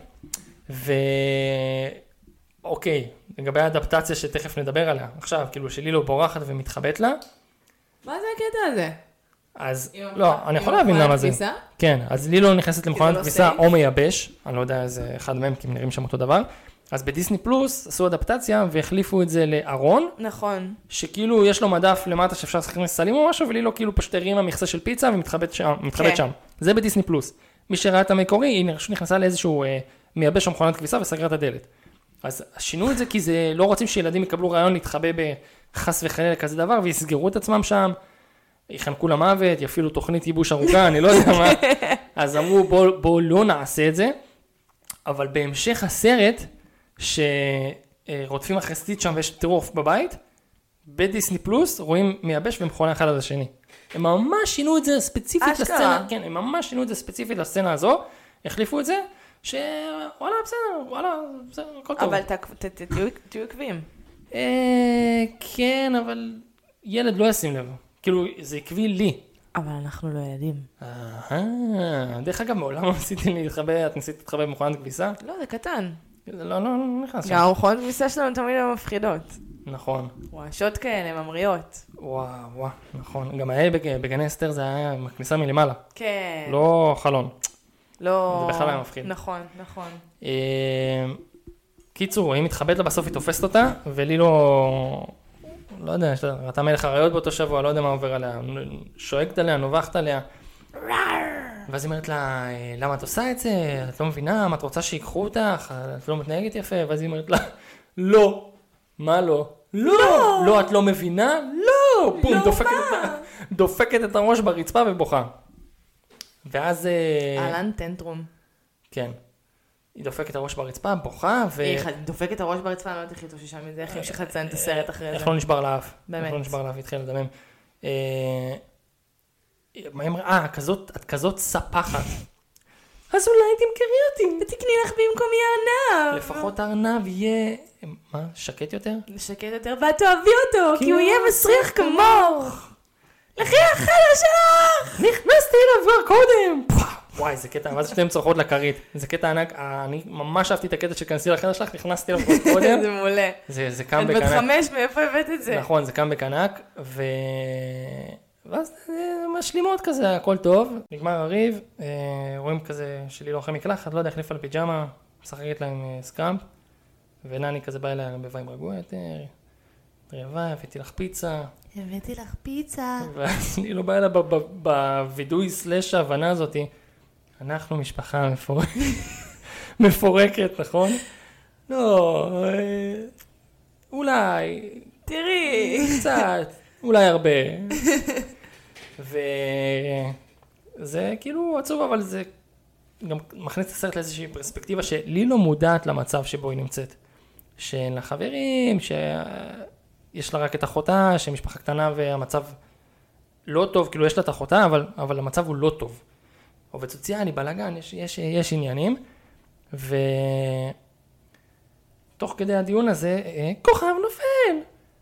אוקיי, לגבי האדפטציה שתכף נדבר עליה, עכשיו, כאילו שלילו בורחת ומתחבאת לה. מה זה הקטע הזה? אז, לא, אני יכול להבין למה זה. כן, אז לילו נכנסת למכונת כביסה או מייבש, אני לא יודע איזה אחד מהם, כי הם נראים שם אותו דבר. אז בדיסני פלוס עשו אדפטציה והחליפו את זה לארון. נכון. שכאילו יש לו מדף למטה שאפשר לשחק מסלים או משהו, ולילו כאילו פשוט הרימה מכסה של פיצה ומתחבאת שם. זה בדיסני פלוס. מי שראה את המקורי, היא נכנסה לאיזשהו מייבש או מכונת כביסה וסגרה את הדלת. אז שינו את זה כי זה לא רוצים שילדים יקבלו רעיון להתחבא בחס וחלילה כזה דבר, ויסגרו את עצמם שם, יחנקו למוות, יפעילו תוכנית ייבוש ארוכה, אני לא יודע מה. אז אמרו בואו לא נעשה את זה, אבל בהמשך הסרט, שרודפים אחרי סטיץ' שם ויש טירוף בבית, בדיסני פלוס רואים מייבש ומכונה אחד על השני. הם ממש שינו את זה ספציפית לסצנה, כן, הם ממש שינו את זה ספציפית לסצנה הזו, החליפו את זה, שוואלה, בסדר, וואלה, בסדר, הכל טוב. אבל תהיו עקביים. כן, אבל ילד לא ישים לב. כאילו, זה עקבי לי. אבל אנחנו לא ילדים. דרך אגב, מעולם ניסיתי להתחבא, את ניסית להתחבא במכונת כביסה? לא, זה קטן. לא נכנס. גם המכונות כביסה שלנו תמיד הן מפחידות. נכון. רעשות כאלה, ממריאות. וואו, נכון. גם היה בגני אסתר זה היה כניסה מלמעלה. כן. לא חלון. לא... זה בכלל היה מפחיד. נכון. קיצור, היא מתחבאת לה, בסוף היא תופסת אותה, ולילו, לא יודע, ראתה מלך הריות באותו שבוע, לא יודע מה עובר עליה, שואגת עליה, נובחת עליה. ואז היא אומרת לה, למה את עושה את זה? את לא מבינה, מה את רוצה שיקחו אותך? את לא מתנהגת יפה? ואז היא אומרת לה, לא. מה לא? לא, את לא מבינה? לא! בום, דופקת את הראש ברצפה ובוכה. ואז... אהלן טנטרום. כן. היא דופקת את הראש ברצפה, בוכה, היא דופקת את הראש ברצפה, אני לא יודעת איך היא תושישה מזה, איך היא המשיכה לציין את הסרט אחרי זה. איך לא נשבר לאף. באמת. איך לא נשבר לאף, התחיל לדמם. מה היא אמרה? את כזאת ספחת. אז אולי תמכרי אותי. ותקני לך במקומי ארנב. לפחות הארנב יהיה... מה? שקט יותר? שקט יותר, ואת תאהבי אותו, כי הוא יהיה מסריח כמוך. לכי החדר שלך! נכנסתי אליו כבר קודם! וואי, זה קטע, מה זה שאתם צורכות לכרית? זה קטע ענק, אני ממש אהבתי את הקטע שכנסי לחדר שלך, נכנסתי אליו כבר קודם. זה מעולה. זה קם בקנק. את בת 5, מאיפה הבאת את זה? נכון, זה קם בקנק, ואז משלימות כזה, הכל טוב, נגמר הריב, רואים כזה שלי לא אחרי מקלחת, לא יודע, החליפה לפיג'מה, משחקת לה עם סקראמפ, ונני כזה בא אליה בביים רגוע יותר, רעבה, הבאתי לך פיצה. ואז אני לא בא אליה בווידוי סלש ההבנה הזאת, אנחנו משפחה מפורקת, נכון? לא, אולי, תראי, קצת, אולי הרבה. וזה כאילו עצוב, אבל זה גם מכניס את הסרט לאיזושהי פרספקטיבה שלי לא מודעת למצב שבו היא נמצאת. שאין לה חברים, שיש לה רק את אחותה, שמשפחה קטנה והמצב לא טוב, כאילו יש לה את אחותה, אבל המצב הוא לא טוב. עובד סוציאלי, בלגן, יש עניינים, ותוך כדי הדיון הזה, כוכב נופל,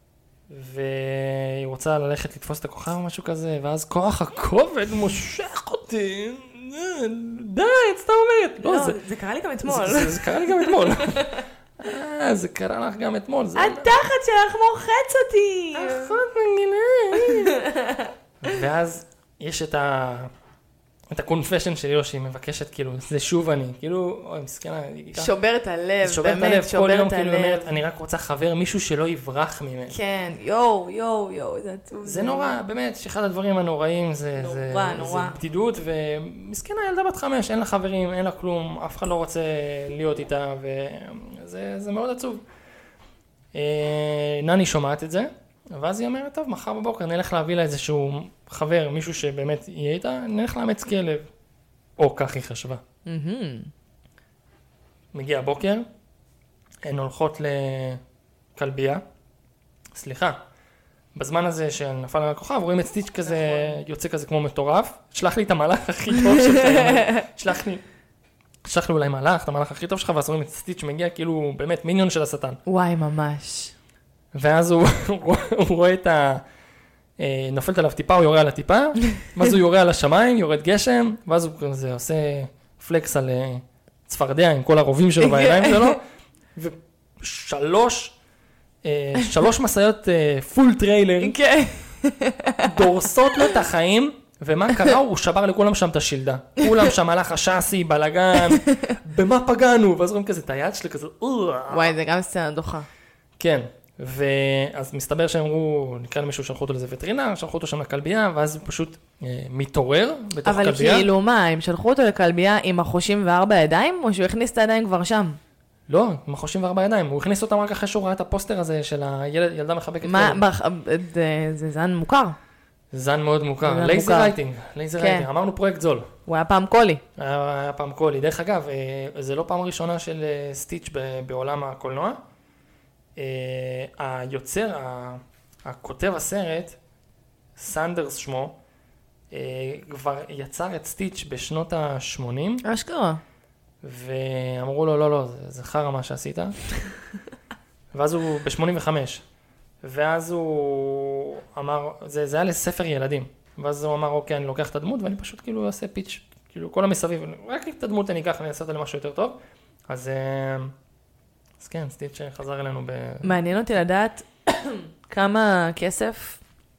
והיא רוצה ללכת לתפוס את הכוכב או משהו כזה, ואז כוח הכובד מושך אותי, די, את סתם אומרת. לא, זה קרה לי גם אתמול. זה קרה לי גם אתמול. זה קרה לך גם אתמול. התחת שלך מוחץ אותי. אחות מנגינה. ואז יש את הקונפשן שלי לו, שהיא מבקשת, כאילו, זה שוב אני, כאילו, אוי, מסכנה. שובר את הלב, באמת, כל יום, כאילו, אומרת, אני רק רוצה חבר, מישהו שלא יברח ממנו. כן, יואו, זה עצוב. זה נורא, באמת, שאחד הדברים הנוראים זה בדידות, ומסכנה, ילדה בת 5, אין לה חברים, אין לה כלום, אף אחד לא רוצה להיות איתה, וזה מאוד עצוב. נני שומעת את זה, ואז היא אומרת, טוב, מחר בבוקר נלך להביא לה איזשהו חבר, מישהו שבאמת יהיה איתה, נלך לאמץ כלב. או כך היא חשבה. מגיע הבוקר, הן הולכות לכלבייה. סליחה, בזמן הזה שנפל על הכוכב, רואים את סטיץ' כזה, יוצא כזה כמו מטורף, שלח לי את המהלך הכי טוב שלך, שלח לי אולי מהלך, את המהלך הכי טוב שלך, ואז רואים את סטיץ' מגיע כאילו באמת מיניון של השטן. וואי, ממש. ואז הוא רואה את נופלת עליו טיפה, הוא יורה על הטיפה, ואז הוא יורה על השמיים, יורד גשם, ואז הוא כזה עושה פלקס על צפרדע עם כל הרובים שלו והעיניים שלו, ושלוש מסעיות פול טריילר, דורסות לו את החיים, ומה קרה? הוא שבר לכולם שם את השילדה. כולם שם הלך השאסי, בלגן, במה פגענו? ואז רואים כזה את היד שלי, כזה, וואי, זה גם סצנה דוחה. כן. ואז מסתבר שהם אמרו, נקרא למישהו, שלחו אותו לזה וטרינר, שלחו אותו שם לכלבייה, ואז הוא פשוט מתעורר בתוך כלבייה. אבל כאילו מה, הם שלחו אותו לכלבייה עם החושים וארבע ידיים, או שהוא הכניס את הידיים כבר שם? לא, עם החושים וארבע ידיים. הוא הכניס אותם רק אחרי שהוא ראה את הפוסטר הזה של הילדה מחבקת כלב. זה זן מוכר. זן מאוד מוכר. לייזר רייטינג. אמרנו פרויקט זול. הוא היה פעם קולי. היה פעם קולי. דרך אגב, זה לא פעם ראשונה של סטיץ' בעולם הקולנוע. היוצר, הכותב הסרט, סנדרס שמו, כבר יצר את סטיץ' בשנות ה-80. אשכרה. ואמרו לו, לא, זה חרא מה שעשית. ואז הוא ב-85. ואז הוא אמר, זה היה לספר ילדים. ואז הוא אמר, אוקיי, אני לוקח את הדמות, ואני פשוט כאילו אעשה פיץ', כאילו כל המסביב, רק את הדמות אני אקח, אני אעשה אותה למשהו יותר טוב. אז כן, סטיץ' חזר אלינו מעניין אותי לדעת כמה כסף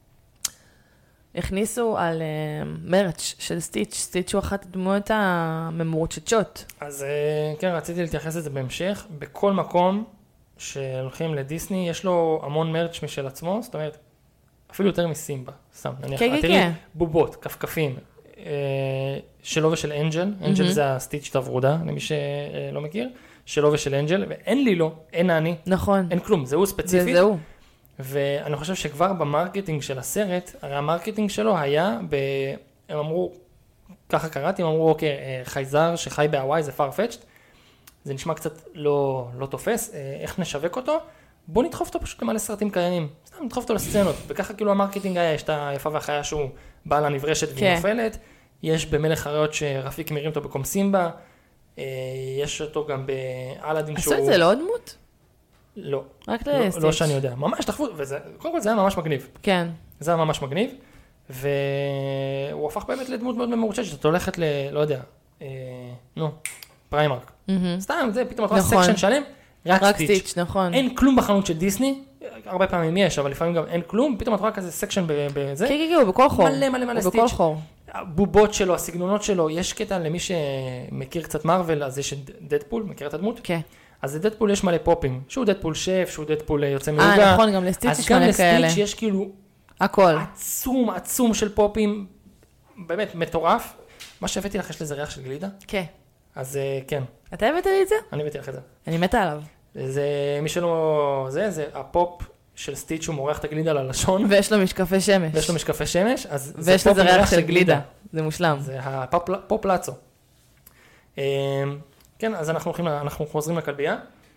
הכניסו על מרץ' של סטיץ'. סטיץ' הוא אחת הדמויות הממורצ'צ'ות. אז כן, רציתי להתייחס לזה בהמשך. בכל מקום שהולכים לדיסני, יש לו המון מרץ' משל עצמו, זאת אומרת, אפילו יותר מסימבה, סתם. תראי, בובות, כפכפים, שלו ושל אנג'ל. אנג'ל זה הסטיץ' הוורודה, למי שלא מכיר. שלו ושל אנג'ל, ואין לי לו, אין אני. נכון. אין כלום, זהו ספציפי. זהו. ואני חושב שכבר במרקטינג של הסרט, הרי המרקטינג שלו היה, הם אמרו, ככה קראתי, הם אמרו, אוקיי, חייזר שחי בהוואי זה farfetched, זה נשמע קצת לא תופס, איך נשווק אותו? בוא נדחוף אותו פשוט למלא סרטים קיימים, סתם נדחוף אותו לסצנות, וככה כאילו המרקטינג היה, יש את היפה והחיה שהוא בעל הנברשת והיא נופלת, יש במלך הרעות שרפיק מרים אותו בקומסימבה, יש אותו גם באלאדין שהוא... עשו את זה לא דמות? לא. רק לסטיץ'. לא שאני יודע. ממש תחפו, קודם כל זה היה ממש מגניב. כן. זה היה ממש מגניב, והוא הפך באמת לדמות מאוד ממורצ'ת, שאתה הולכת לא יודע, פריימרק. סתם, זה פתאום אתה רואה סקשן שלם, רק סטיץ'. נכון. אין כלום בחנות של דיסני, הרבה פעמים יש, אבל לפעמים גם אין כלום, פתאום אתה רואה כזה סקשן בזה. כן, הוא בכל חור. מלא סטיץ'. הבובות שלו, הסגנונות שלו, יש קטע למי שמכיר קצת מרוול, אז יש דדפול, מכיר את הדמות? כן. אז לדדפול יש מלא פופים, שהוא דדפול שף, שהוא דדפול יוצא מעוגה. נכון, גם לסטיץ' יש מלא כאלה. אז גם לסטיץ' יש כאילו הכל. עצום של פופים, באמת מטורף. מה שהבאתי לך, יש לזה ריח של גלידה? כן. אז כן. אתה הבאת לי את זה? אני הבאתי לך את זה. אני מתה עליו. זה, מי שלא, זה הפופ של סטיץ' שהוא מורח את הגלידה ללשון. ויש לו משקפי שמש. אז ויש לזה ריח של גלידה. זה מושלם. זה הפופ לאצו. כן, אז אנחנו חוזרים לכלבייה.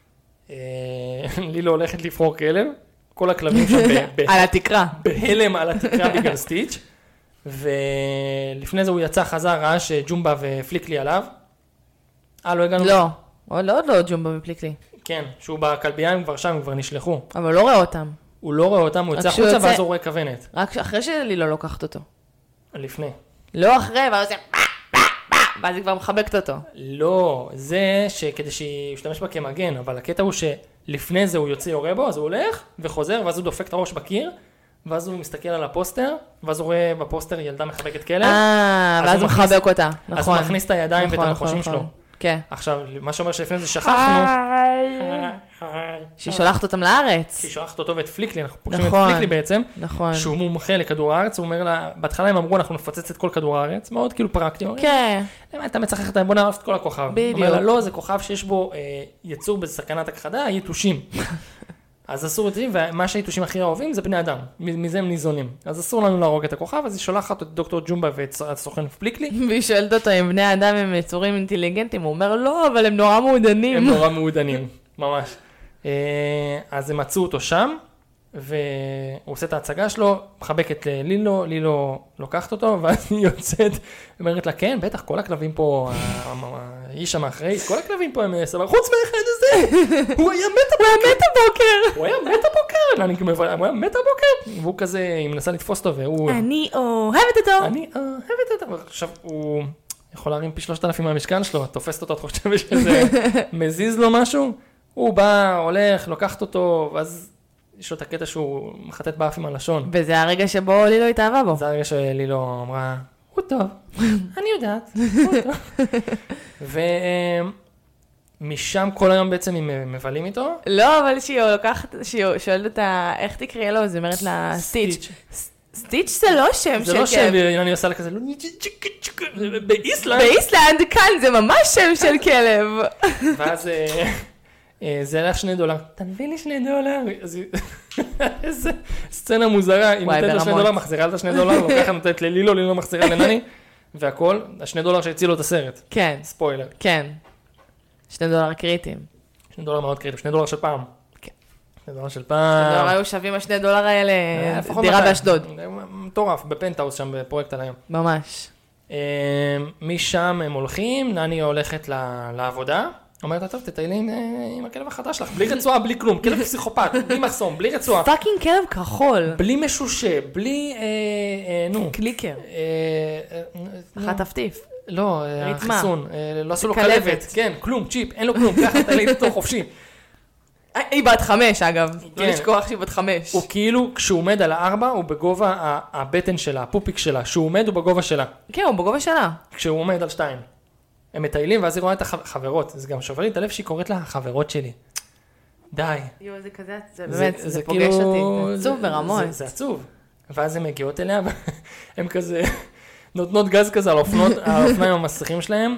לילה הולכת לבחור כלב. כל הכלבים שם על התקרה. בהלם על התקרה בגלל סטיץ'. ולפני זה הוא יצא חזר, ראה שג'ומבה ופליקלי עליו. לא הגענו? לא, עוד לא ג'ומבה ופליקלי. כן, שהוא בכלבייה הם כבר שם, הם כבר נשלחו. אבל לא רואה אותם. הוא לא רואה אותם, הוא יוצא החוצה ואז הוא רואה כוונת. רק אחרי שלי לא לוקחת אותו. לפני. לא אחרי, ואז הוא עושה ואז היא כבר מחבקת אותו. לא, זה שכדי שישתמש בה כמגן, אבל הקטע הוא שלפני זה הוא יוצא יורה בו, אז הוא הולך וחוזר, ואז הוא דופק את הראש בקיר, ואז הוא מסתכל על הפוסטר, ואז הוא רואה בפוסטר ילדה מחבקת כלב. ואז הוא מחבק אותה, נכון. אז הוא מכניס את הידיים ואת הנחושים שלו. כן. עכשיו, מה שאומר שלפני זה שכחנו. שהיא שולחת אותם לארץ. שהיא שולחת אותו ואת פליקלי, אנחנו פוגשים את פליקלי בעצם. נכון. שהוא מומחה לכדור הארץ, הוא אומר לה, בהתחלה הם אמרו, אנחנו נפוצץ את כל כדור הארץ, מאוד כאילו פרקטי. כן. אתה מצחך את בוא נערף את כל הכוכב. בדיוק. הוא אומר לה, לא, זה כוכב שיש בו יצור בסכנת הכחדה, יתושים. אז אסור את זה, ומה שהיתושים הכי אוהבים זה בני אדם, מזה הם ניזונים. אז אסור לנו להרוג את הכוכב, אז היא שולחת את דוקטור ג'ומבה ואת הסוכן פליקלי. והיא שואלת אותו אם בני האדם הם יצורים אינטליגנטים, הוא אומר לא, אבל הם נורא מעודנים. הם נורא מעודנים, ממש. אז הם מצאו אותו שם, והוא עושה את ההצגה שלו, מחבק את לילו, לילו לוקחת אותו, ואז היא יוצאת, אומרת לה, כן, בטח, כל הכלבים פה, האיש שם האחראי, כל הכלבים פה הם סבבה, חוץ מאחד הזה, הוא היה מת הבוקר. הוא היה מת הבוקר, והוא כזה, היא מנסה לתפוס אותו, והוא... אני אוהבת אותו. עכשיו, הוא יכול להרים פי 3,000 מהמשקל שלו, תופסת אותו, את חושבת שזה מזיז לו משהו, הוא בא, הולך, לוקחת אותו, ואז... יש לו את הקטע שהוא מחטט באף עם הלשון. וזה הרגע שבו לילו התאהבה בו. זה הרגע שלילו אמרה, הוא טוב, אני יודעת, הוא טוב. ומשם כל היום בעצם הם מבלים איתו. לא, אבל שהיא שואלת אותה, איך תקראי לו? אז היא אומרת לה, סטיץ'. סטיץ' זה לא שם של כלב. זה לא שם, ואני עושה לה כזה, באיסלנד. באיסלנד, כאן, זה ממש שם של כלב. ואז... זה הלך $2. תנביא לי $2. איזה סצנה מוזרה. היא נותנת לה $2, מחזירה לה $2, לוקחת נותנת ללילו, לילו מחזירה לנני, והכל, $2 שהצילו את הסרט. כן. ספוילר. כן. $2 קריטיים. $2 מאוד קריטיים, $2 של פעם. כן. $2 של פעם. $2 היו שווים $2 האלה, דירה באשדוד. מטורף, בפנטהאוס שם בפרויקט על היום. ממש. משם הם הולכים, נני הולכת לעבודה. אומרת, טוב, תטיילי עם הכלב החדש שלך, בלי רצועה, בלי כלום, כלב פסיכופת, בלי מחסום, בלי רצועה. פאקינג כלב כחול. בלי משושה, בלי, קליקר. חטפטיף. לא, החיסון, לא עשו לו כלבת. כן, כלום, צ'יפ, אין לו כלום, ככה תטיילי אותו חופשי. היא בת 5, אגב. לא לשכוח שהיא בת 5. הוא כאילו, כשהוא עומד על 4, הוא בגובה הבטן שלה, הפופיק שלה. כשהוא עומד, הוא בגובה שלה. כן, הוא בגובה שלה. כשהוא עומד על 2. הם מטיילים, ואז היא רואה את החברות. זה גם שובר לי את הלב שהיא קוראת לה חברות שלי. די. יו, זה כזה, זה באמת, זה פוגש אותי. זה עצוב ברמות. זה עצוב. ואז הן מגיעות אליה, והן כזה נותנות גז כזה על האופניים המסכים שלהם.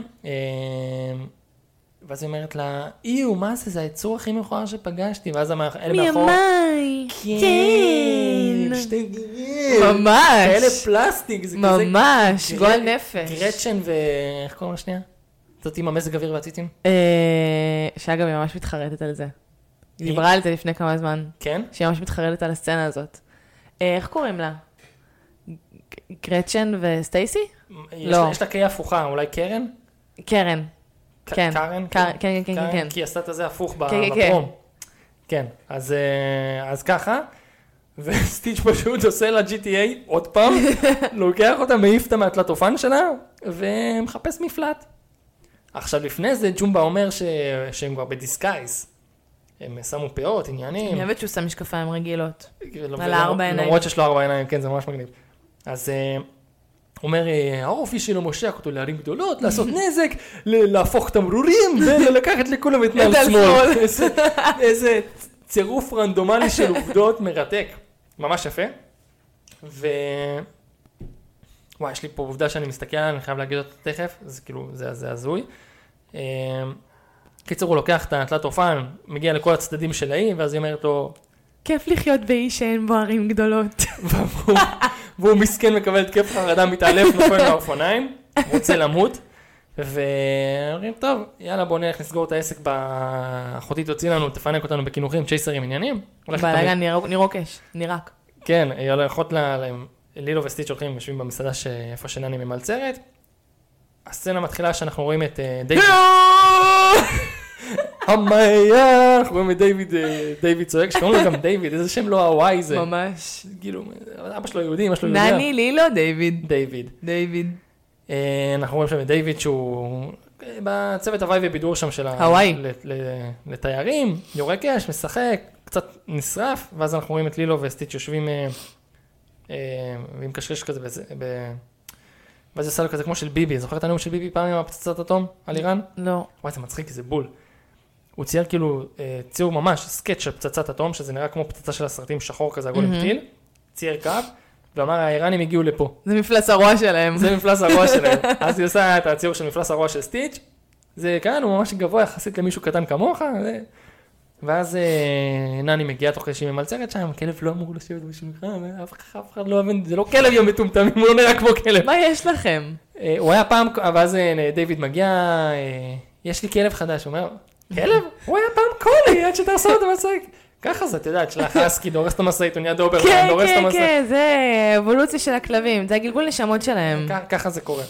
ואז היא אומרת לה, מה זה? זה היצור הכי מכוער שפגשתי. ואז אלה מאחור. מימי. כן. שתי גירים. ממש. כאלה פלסטיק. ממש. גועל נפש. גרצ'ן איך קוראים השנייה? זאת עם המזג אוויר והציצים? שאגב, היא ממש מתחרטת על זה. היא דיברה על זה לפני כמה זמן. כן? שהיא ממש מתחרטת על הסצנה הזאת. איך קוראים לה? גרצ'ן וסטייסי? לא. יש לה קריאה הפוכה, אולי קרן? קרן. כן. קרן? כן. כי עשתה את זה הפוך בפרום. כן. אז ככה, וסטיץ' פשוט עושה לה GTA עוד פעם, לוקח אותה, מעיף אותה מהתלת-אופן שלה, ומחפש מפלט. עכשיו לפני זה ג'ומבה אומר שהם כבר בדיסקייס. הם שמו פאות, עניינים. אני אוהבת שהוא שם משקפיים רגילות. על 4 עיניים. למרות שיש לו 4 עיניים, כן, זה ממש מגניב. אז הוא אומר, האופי שלו מושך אותו להרים גדולות, לעשות נזק, להפוך תמרורים, ולקחת לכולם את נעל שמאל. איזה צירוף רנדומלי של עובדות מרתק. ממש יפה. וואי, יש לי פה עובדה שאני מסתכל עליה, אני חייב להגיד אותה תכף, זה כאילו, זה הזוי. קיצור, הוא לוקח את התלת אופן, מגיע לכל הצדדים של האי, ואז היא אומרת לו, כיף לחיות באי שאין בו ערים גדולות. והוא מסכן מקבל את כיף חרדה, מתעלף, נופל מהאופניים, רוצה למות, ואומרים, טוב, יאללה, בוא נלך נסגור את העסק, אחותי תוציא לנו, תפנק אותנו בכינוכים, צ'ייסרים עניינים. בלגן, נירוקש, נירק. כן, היא הולכות לילו וסטיץ' הולכים, יושבים במסעדה איפה שנני ממלצרת. הסצנה מתחילה שאנחנו רואים את דיוויד. המאיה, אנחנו רואים את דיוויד צועק, שקוראים לו גם דיוויד, איזה שם לא הוואי זה. ממש. כאילו, אבא שלו יהודי, אמא שלו יהודי. נני, לילו, דיוויד. דיוויד. אנחנו רואים שם את דיוויד שהוא בצוות הוואי ובידור שם של לתיירים, יורק אש, משחק, קצת נשרף, ואז אנחנו רואים את לילו וסטיץ' יושבים ועם קשקש כזה, ואז זה עושה לו כזה כמו של ביבי, זוכרת הנאום של ביבי פעם עם הפצצת אטום על איראן? לא. וואי, זה מצחיק, זה בול. הוא צייר כאילו, ציור ממש, סקט של פצצת אטום, שזה נראה כמו פצצה של הסרטים שחור כזה, עגול עם טיל, צייר קו, ואמר, האיראנים הגיעו לפה. זה מפלס הרוע שלהם. זה מפלס הרוע שלהם. אז היא עושה את הציור של מפלס הרוע של סטיץ', זה כאן, הוא ממש גבוה יחסית למישהו קטן כמוך, ואז נני מגיעה תוך כדי שהיא ממלצרת שם, כלב לא אמור לשבת בשולחן, אף אחד לא אוהב, זה לא כלב ים מטומטמים, הוא לא נראה כמו כלב. מה יש לכם? הוא היה פעם, ואז דיוויד מגיע, יש לי כלב חדש, הוא אומר, כלב? הוא היה פעם קולי, עד שתעשו אותו מצחיק. ככה זה, אתה יודעת, שלח אסקי, דורס את המשאית, הוא נהיה דוברמן, כן, דורס את כן, המשאית. כן, זה אבולוציה של הכלבים, זה הגלגול נשמות שלהם. ככה זה קורה.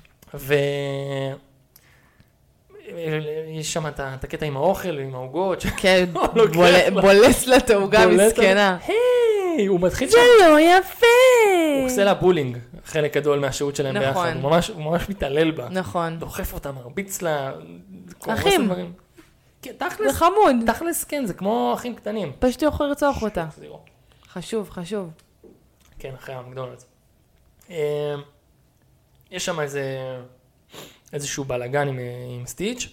יש שם את הקטע עם האוכל, עם העוגות. כן, בולס לה את העוגה מסכנה. היי, הוא מתחיל זה לא יפה. הוא עושה לה בולינג, חלק גדול מהשהות שלהם ביחד. הוא ממש מתעלל בה. נכון. דוחף אותה, מרביץ לה. אחים. תכלס, זה חמוד. תכלס כן, זה כמו אחים קטנים. פשוט יכול לרצוח אותה. חשוב, חשוב. כן, אחרי המקדונלדס. יש שם איזשהו בלגן עם סטיץ'.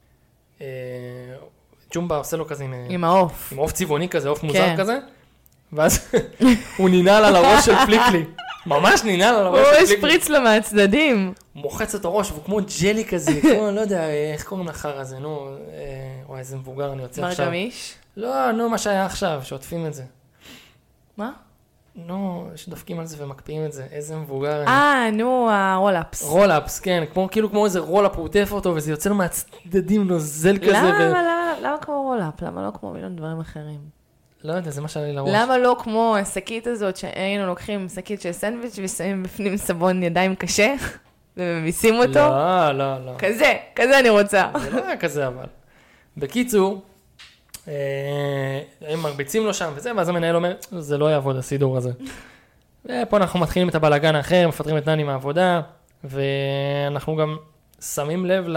ג'ומבה עושה לו כזה עם העוף. עם עוף צבעוני כזה, עוף מוזר כזה. ואז הוא נינל על הראש של פליקלי. ממש נינל על הראש של פליקלי. הוא השפריץ לו מהצדדים. מוחץ את הראש, והוא כמו ג'לי כזה, כמו, לא יודע, איך קוראים לחר הזה, נו, וואי, איזה מבוגר אני יוצא עכשיו. מרגמיש? לא, נו, מה שהיה עכשיו, שעוטפים את זה. מה? נו, שדופקים על זה ומקפיאים את זה, איזה מבוגר אני. נו, הרולאפס. רולאפס, כן, כאילו כמו איזה רולאפ, הוא עוטף אותו, וזה יוצא לו מהצדדים נוזל כזה. למה כמו רולאפ? למה לא כמו מיליון דברים אחרים? לא יודע, זה מה שהיה לי לראש. למה לא כמו השקית הזאת שהיינו לוקחים שקית של סנדוויץ' ושמים בפנים סבון ידיים קשה וממיסים אותו? לא. כזה אני רוצה. זה לא היה כזה אבל. בקיצור, הם מרביצים לו שם וזה, ואז המנהל אומר, זה לא יעבוד הסידור הזה. ופה אנחנו מתחילים את הבלגן האחר, מפטרים את נני מהעבודה, ואנחנו גם שמים לב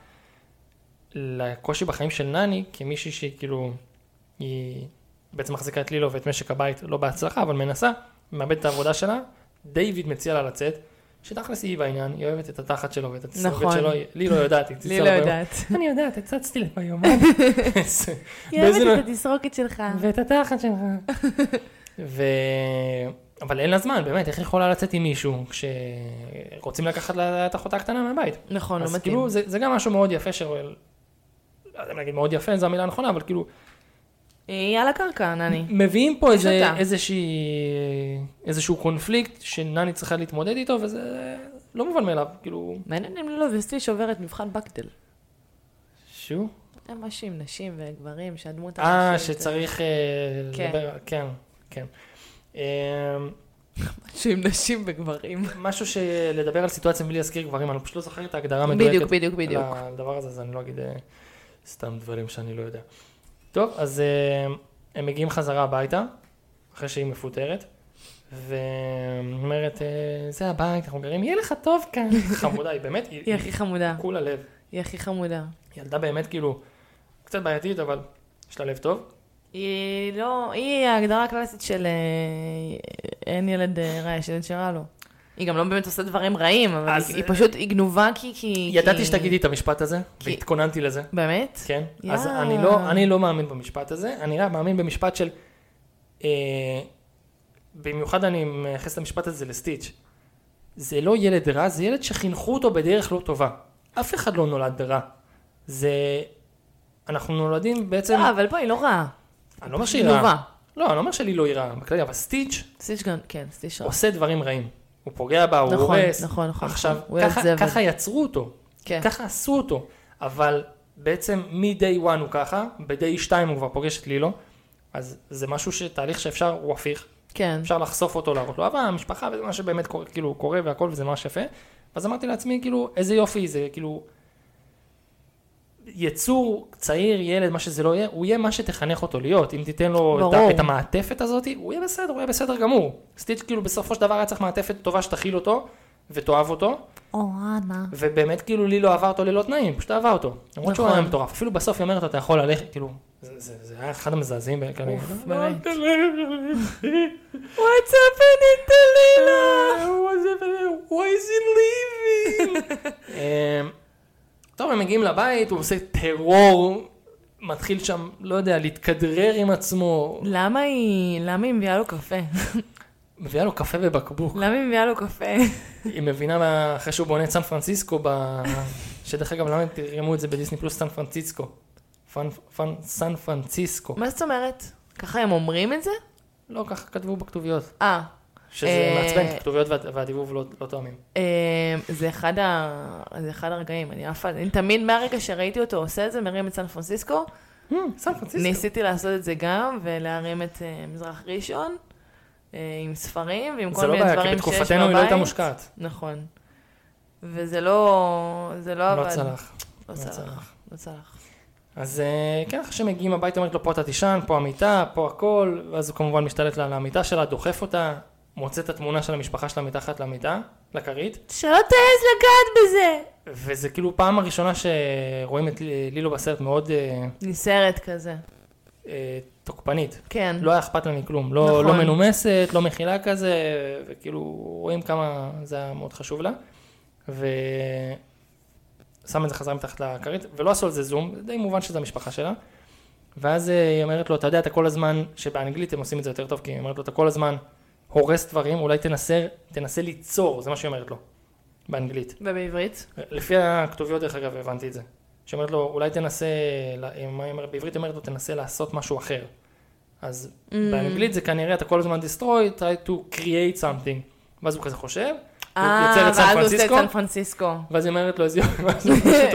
לקושי בחיים של נני, כמישהי שהיא כאילו, היא בעצם מחזיקה את לילו ואת משק הבית, לא בהצלחה, אבל מנסה, מאבד את העבודה שלה, דיוויד מציע לה לצאת, שתכלס היא בעניין, היא אוהבת את התחת שלו ואת התסרוקת שלו, לי לא יודעת, לי לא יודעת. אני יודעת, הצצתי לה ביום. היא אוהבת את התסרוקת שלך. ואת התחת שלך. אבל אין לה זמן, באמת, איך יכולה לצאת עם מישהו כשרוצים לקחת לה את אחותה הקטנה מהבית? נכון, לא מתאים. אז כאילו, זה גם משהו מאוד יפה, לא יודע אם להגיד מאוד יפה, זו המילה הנכונה, אבל כאילו, היא על הקרקע, נני. מביאים פה איזשהו קונפליקט שנני צריכה להתמודד איתו, וזה לא מובן מאליו, כאילו... מעניין אם לא וסטי שעוברת מבחן בקדל. שו? משהו עם נשים וגברים, שהדמות... שצריך לדבר... כן. משהו עם נשים וגברים. משהו שלדבר על סיטואציה בלי להזכיר גברים, אני פשוט לא זוכר את ההגדרה מדויקת. בדיוק. על הדבר הזה, אז אני לא אגיד סתם דברים שאני לא יודע. טוב, אז הם מגיעים חזרה הביתה, אחרי שהיא מפוטרת, ואומרת, זה הבית, אנחנו גרים, יהיה לך טוב כאן. חמודה, היא באמת, היא הכי חמודה. כולה לב. היא הכי חמודה. ילדה באמת כאילו, קצת בעייתית, אבל יש לה לב טוב. היא לא, היא ההגדרה הקלאסית של אין ילד רע, יש ילד שרע לו. היא גם לא באמת עושה דברים רעים, אבל היא פשוט, היא גנובה כי... ידעתי שתגידי את המשפט הזה, והתכוננתי לזה. באמת? כן. אז אני לא מאמין במשפט הזה, אני רק מאמין במשפט של... במיוחד אני מייחס את המשפט הזה לסטיץ'. זה לא ילד רע, זה ילד שחינכו אותו בדרך לא טובה. אף אחד לא נולד רע. זה... אנחנו נולדים בעצם... לא, אבל פה היא לא רעה. אני לא אומר שהיא רעה. לא, אני לא אומר שלי לא היא רעה. בכללי, אבל סטיץ' כן, סטיץ' רע. עושה דברים רעים. הוא פוגע בה, הוא הורס. נכון. עכשיו, ככה יצרו אותו. ככה עשו אותו. אבל בעצם מ-day 1 הוא ככה, ב-day 2 הוא כבר פוגש את לילו. אז זה משהו שתהליך שאפשר, הוא הפיך. כן. אפשר לחשוף אותו, להראות לו, אבל המשפחה וזה מה שבאמת קורה והכל, וזה ממש יפה. ואז אמרתי לעצמי, כאילו, איזה יופי זה, כאילו, יצור, צעיר, ילד, מה שזה לא יהיה, הוא יהיה מה שתחנך אותו להיות. אם תיתן לו את המעטפת הזאת, הוא יהיה בסדר גמור. סטיץ' כאילו בסופו של דבר היה צריך מעטפת טובה שתכיל אותו, ותאהב אותו. ובאמת כאילו לי לא אהבה אותו ללא תנאים, פשוט אהבה אותו. למרות שהוא היה מטורף. אפילו בסוף היא אומרת, אתה יכול ללכת, כאילו, זה היה אחד המזעזעים. באמת. What's happening to Lila? Why is he leaving? טוב, הם מגיעים לבית, הוא עושה טרור, מתחיל שם, לא יודע, להתכדרר עם עצמו. למה היא מביאה לו קפה? מביאה לו קפה בבקבוק. למה היא מביאה לו קפה? היא מבינה אחרי שהוא בונה את סן פרנסיסקו, שדרך אגב, למה הם תרמו את זה בדיסני פלוס סן פרנסיסקו? סן פרנסיסקו. מה זאת אומרת? ככה הם אומרים את זה? לא, ככה כתבו בכתוביות. אה. שזה מעצבן, כי כתוביות והדיבוב לא תואמים. זה אחד הרגעים, אני תמיד מהרגע שראיתי אותו עושה את זה, מרים את סן פרנסיסקו, סן פרנסיסקו. ניסיתי לעשות את זה גם, ולהרים את מזרח ראשון, עם ספרים, ועם כל מיני דברים שיש בבית. כי בתקופתנו היא לא הייתה מושקעת. נכון. וזה לא עבד. לא צלח. לא צלח. אז כן, אחרי שמגיעים הביתה, אומרת לו, פה אתה תישן, פה המיטה, פה הכל, ואז הוא כמובן משתלט לה על המיטה שלה, דוחף אותה, מוצא את התמונה של המשפחה שלה מתחת למיטה, לכרית. שלא תעז לגעת בזה. וזה כאילו פעם הראשונה שרואים את לילו בסרט מאוד... נסערת כזה. תוקפנית. כן. לא היה אכפת לה מכלום. נכון. לא מנומסת, לא מכילה כזה, וכאילו רואים כמה זה היה מאוד חשוב לה. שם את זה חזרה מתחת לכרית, ולא עשו על זה זום, די מובן שזה המשפחה שלה. ואז היא אומרת לו, אתה יודע, אתה כל הזמן, שבאנגלית הם עושים את זה יותר טוב, כי היא אומרת לו, אתה כל הזמן הורס דברים, אולי תנסה ליצור, זה מה שהיא אומרת לו, באנגלית. ובעברית? לפי הכתוביות, דרך אגב, הבנתי את זה. שהיא אומרת לו, אולי תנסה, בעברית היא אומרת לו, תנסה לעשות משהו אחר. אז באנגלית זה כנראה, אתה כל הזמן destroy, try to create something. ואז הוא כזה חושב, יוצר את סן ואז הוא עושה את סן פרנסיסקו. ואז היא אומרת לו, אז הוא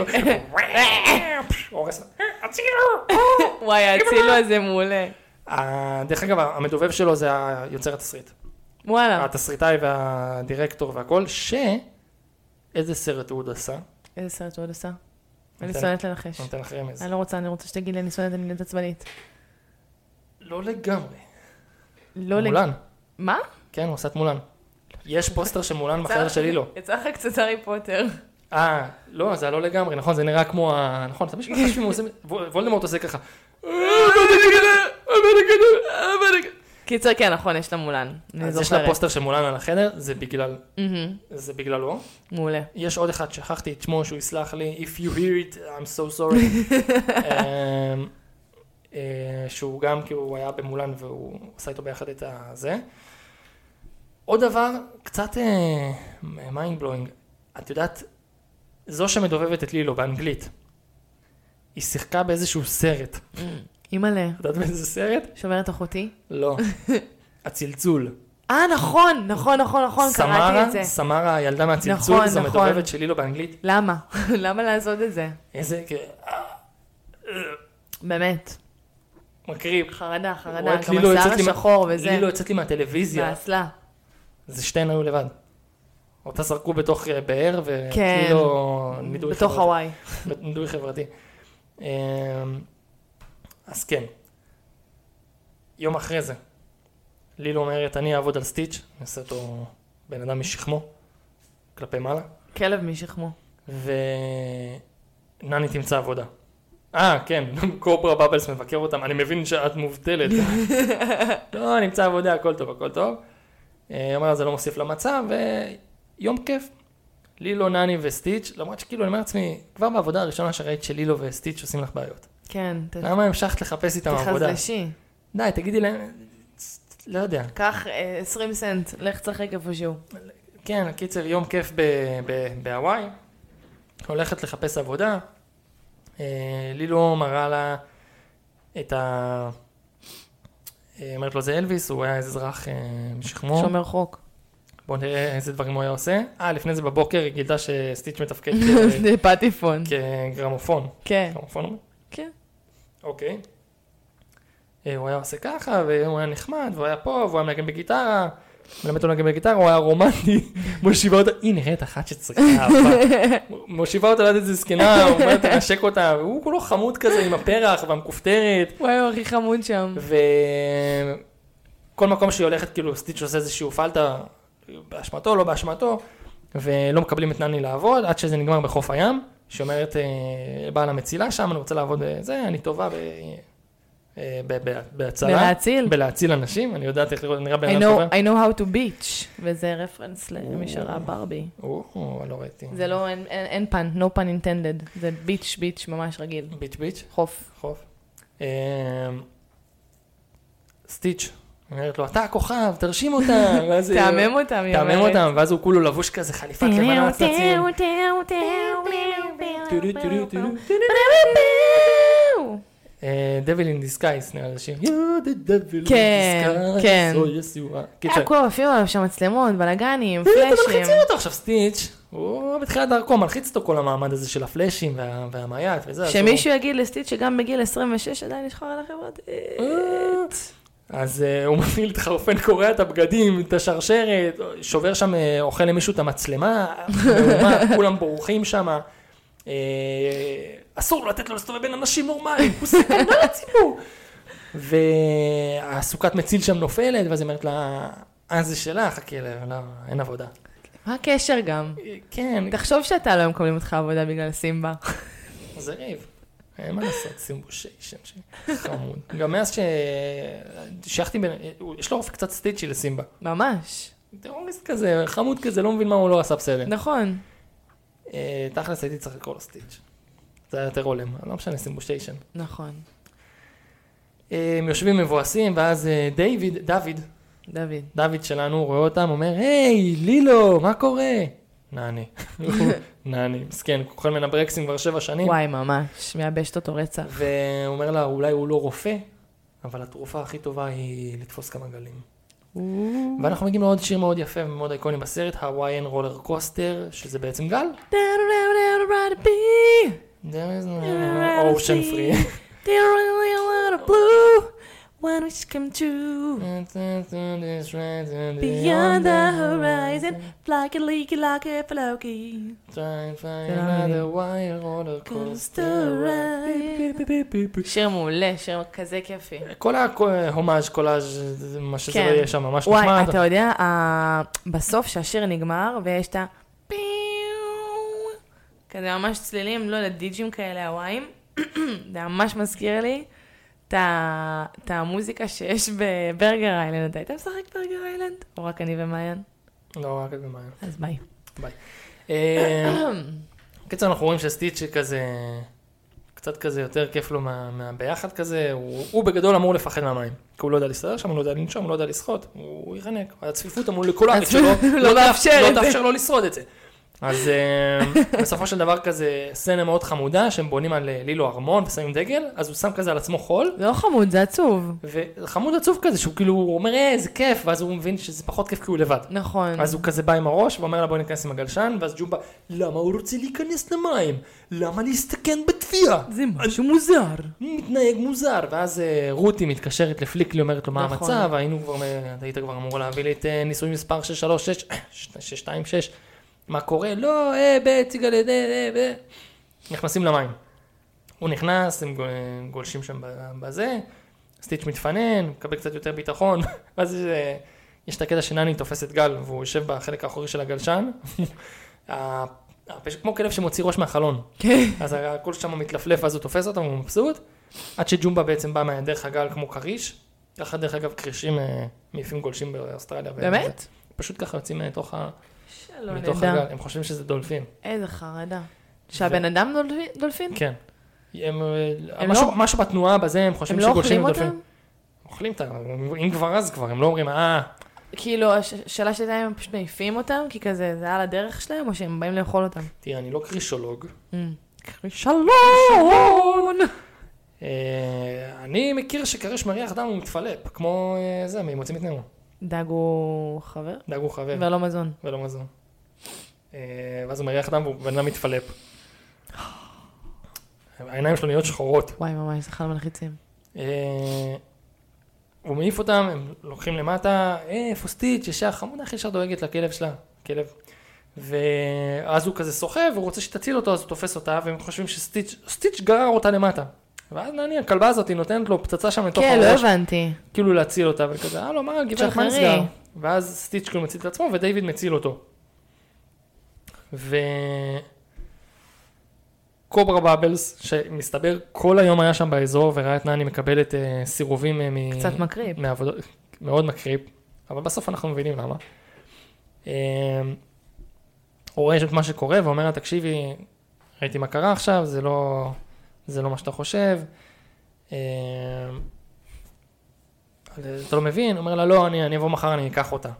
הורס, הצילו! וואי, הצילו הזה מעולה. דרך אגב, המדובב שלו זה יוצר התסריט. וואלה. התסריטאי והדירקטור והכל, איזה סרט הוא עוד עשה? איזה סרט הוא עוד עשה? אני שונאת לנחש. נותן לך רמז. אני לא רוצה, אני רוצה שתגיד לי, אני שונאת, אני נהיית עצבנית. לא לגמרי. לא מולן. מה? כן, הוא עושה את מולן. יש פוסטר של מולן בחדר שלי לא. יצא לך קצת הארי פוטר. לא, זה לא לגמרי, נכון, זה נראה כמו נכון, אתה בשביל חשבים, וולדמורט עושה ככה. קיצר, כן, נכון, יש לה מולן. אז יש לה פוסטר של מולן על החדר, זה בגללו. מעולה. יש עוד אחד, שכחתי את שמו, שהוא יסלח לי, If you hear it, I'm so sorry. שהוא גם, כי הוא היה במולן, והוא עשה איתו ביחד את זה. עוד דבר, קצת mind blowing. את יודעת, זו שמדובבת את לילו באנגלית, היא שיחקה באיזשהו סרט. אימא'לה. את יודעת באיזה סרט? שומרת אחותי? לא. הצלצול. נכון, קראתי את זה. סמרה, הילדה מהצלצול, זו מדובבת של לילו באנגלית. למה? למה לעשות את זה? איזה... באמת. מקריב. חרדה, גם השיער השחור וזה. לילו יוצאת לי מהטלוויזיה. מהאסלה. זה שתיהן היו לבד. אותה זרקו בתוך באר, וכאילו נידוי חברתי. בתוך הוואי. נידוי חברתי. אז כן. יום אחרי זה, לילו אומרת, אני אעבוד על סטיץ', נעשה אותו בן אדם משכמו, כלפי מעלה. כלב משכמו. ונני תמצא עבודה. כן, קוברה בבלס מבקר אותם, אני מבין שאת מובטלת. לא, נמצא עבודה, הכל טוב. אומר, זה לא מוסיף למצב, ויום כיף. לילו, נני וסטיץ', למרות שכאילו אני אומר לעצמי, כבר בעבודה הראשונה שראית שלילו וסטיץ' עושים לך בעיות. כן. למה המשכת לחפש איתם עבודה? תחזלשי. די, תגידי להם, לא יודע. קח 20 סנט, לך צחק איפשהו. כן, הקיצר, יום כיף בהוואי, הולכת לחפש עבודה, לילו מראה לה את אומרת לו, זה אלוויס, הוא היה אזרח משכמו. שומר חוק. בואו נראה איזה דברים הוא היה עושה. לפני זה בבוקר היא גילתה שסטיץ' מתפקד פטיפון. כגרמופון. כן. גרמופון? כן. אוקיי. הוא היה עושה ככה, והוא היה נחמד, והוא היה פה, והוא היה מנגן בגיטרה, מלמד אותו לנגן בגיטרה, הוא היה רומנטי, מושיבה אותה, היא נראית אחת שצריכה אהבה. מושיבה אותה ליד איזה זקנה, הוא אומר, תנשק אותה, והוא כולו חמוד כזה עם הפרח והמכופתרת. הוא היה הכי חמוד שם. וכל מקום שהיא הולכת, כאילו סטיץ' עושה איזשהו פלטה, באשמתו, לא באשמתו, ולא מקבלים את נני לעבוד, עד שזה נגמר בחוף הים, שאומרת, בעל המצילה שם, אני רוצה לעבוד בזה, אני טובה בלהציל אנשים, אני יודעת איך נראה בן אדם טובה. I know how to beach, וזה רפרנס למשרה ברבי. לא ראיתי. זה לא, אין פן, no pun intended, זה ביץ' ממש רגיל. ביץ'? חוף. סטיץ'. היא אומרת לו, אתה הכוכב, תרשים אותם. תאמם אותם. ואז הוא כולו לבוש כזה חליפת לבנה מצנצים. Devil in Disguise, נראה לשיר. You're the devil in Disguise. כן. Oh yes you are. היה כל אפילו שם מצלמות, בלגנים, פלאשים. ואתה מחצים אותו עכשיו, סטיץ'. הוא בתחילת דרכו מלחיץ אותו כל המעמד הזה של הפלאשים והמעיית וזה. שמישהו יגיד לסטיץ' שגם בגיל 26 עדיין יש חרדה חברתית. אז הוא מתחיל להתחרפן, קורע את הבגדים, את השרשרת, שובר שם, אוכל למישהו את המצלמה, כולם בורחים שם. אסור לתת לו להסתובב בין אנשים נורמליים, הוא סכנה לציבור. והסוכת מציל שם נופלת, ואז היא אומרת לה, זה שלה, חכה, לא, אין עבודה. מה הקשר גם? כן. תחשוב שאתה לא מקבלים אותך עבודה בגלל סימבה. זה ריב. אין מה לעשות, סימבושיישן, חמוד. גם מאז שייכתי בין, יש לו אופי קצת סטיצ'י לסימבה. ממש. טרוריסט כזה, חמוד כזה, לא מבין מה הוא לא עשה בסדר. נכון. תכלס הייתי צריך לקרוא לו סטיץ'. זה היה יותר עולם, לא משנה, סימבושיישן. נכון. הם יושבים מבואסים, ואז דוד שלנו רואה אותם, אומר, היי, לילו, מה קורה? נעני. נעני, מסכן, אוכל מן הברקסים כבר 7 שנים. וואי, ממש, מייבשת אותו רצח. והוא אומר לה, אולי הוא לא רופא, אבל התרופה הכי טובה היא לתפוס כמה גלים. ואנחנו מגיעים לעוד שיר מאוד יפה ומאוד איקוני בסרט, הוויין רולר קוסטר, שזה בעצם גל. There is no ocean free. There really a lot of blue when we come true. Beyond the horizon, like a leaky, like a floki. Try and find another wire roller coaster ride. שיר מעולה, שיר כזה כיפי. כל ההומאז' קולאז' מה שזה לא יהיה שם, ממש נחמד. וואי, אתה יודע, בסוף שהשיר נגמר ויש את פיו, כזה ממש צלילים, לא לדיג'ים כאלה הוואים, זה ממש מזכיר לי את המוזיקה שיש בברגר איילנד. אתה היית משחק ברגר איילנד? או רק אני ומעיין? לא, רק אני ומעיין. אז ביי. ביי. קיצור, אנחנו רואים שסטיץ' כזה, קצת כזה יותר כיף לו מהביחד כזה, הוא בגדול אמור לפחד מהמים, כי הוא לא יודע להסתדר שם, הוא לא יודע לנשום, הוא לא יודע לשחות, הוא ירנק, הצפיפות המולקולרית שלו לא תאפשר לו לשרוד את זה. אז בסופו של דבר כזה סצנה מאוד חמודה, שהם בונים על לילו ארמון ושמים דגל, אז הוא שם כזה על עצמו חול. זה לא חמוד, זה עצוב. וחמוד עצוב כזה, שהוא כאילו אומר, איזה כיף, ואז הוא מבין שזה פחות כיף כי הוא לבד. נכון. אז הוא כזה בא עם הראש, ואומר לה בוא ניכנס עם הגלשן, ואז ג'ומבה, למה הוא רוצה להיכנס למים? למה להסתכן בתביעה? זה משהו מוזר. מתנהג מוזר, ואז רותי מתקשרת לפליקלי, אומרת לו מה המצב, היית כבר אמור להביא לי את ניסוי מספר 626, מה קורה? לא, ציגל, נכנסים למים. הוא נכנס, הם גולשים שם בזה, סטיץ' מתפנן, מקבל קצת יותר ביטחון, ואז יש את הקטע שנני תופס את גל, והוא יושב בחלק האחורי של הגלשן, כמו כלב שמוציא ראש מהחלון. אז הכל שם מתלפלף, אז הוא תופס אותם, הוא מבסוט, עד שג'ומבה בעצם בא דרך הגל כמו קריש, ככה דרך אגב קרישים מעיפים גולשים באוסטרליה. באמת? פשוט ככה יוצאים מתוך לא מתוך נדע. הגל, הם חושבים שזה דולפין. איזה חרדה. שהבן אדם דולפין? כן. משהו בתנועה בזה, הם חושבים שגולשים דולפין. הם לא אוכלים אותם? אם כבר אז כבר, הם לא אומרים, כאילו, השאלה שלהם הם פשוט מעיפים אותם, כי כזה, זה על הדרך שלהם, או שהם באים לאכול אותם? תראה, אני לא קרישולוג. קרישלון! אני מכיר שקריש מריח דם הוא מתפלפ, כמו זה, מוצאים את נאו. דג הוא חבר? דג הוא חבר. ולא מזון. ולא מזון. ואז הוא מריח דם והוא בן אדם מתפלפ. העיניים שלו נהיות שחורות. וואי, ממש, זה חל מלחיצים. הוא מעיף אותם, הם לוקחים למטה, איפה סטיץ' ישר, חמודה הכי ישר דואגת לכלב שלה, כלב. ואז הוא כזה סוחב, והוא רוצה שתציל אותו, אז הוא תופס אותה, והם חושבים שסטיץ' גרר אותה למטה. ואז נעני, הכלבה הזאת היא נותנת לו פצצה שם לתוך הראש. כן, לא הבנתי. כאילו להציל אותה, וכזה, לא, מה, גברת, מה נסגר? ואז סטיץ' כאילו מציל את עצמו, ודייוויד מציל אותו. קוברה בבלס, שמסתבר כל היום היה שם באזור, וראה את נעני מקבלת סירובים קצת מקריפ. מעבודות, מאוד מקריפ, אבל בסוף אנחנו מבינים למה. הוא רואה את מה שקורה, ואומר לה, תקשיבי, ראיתי מה קרה עכשיו, זה לא מה שאתה חושב. אתה לא מבין? הוא אומר לה, לא, אני אבוא מחר, אני אקח אותה.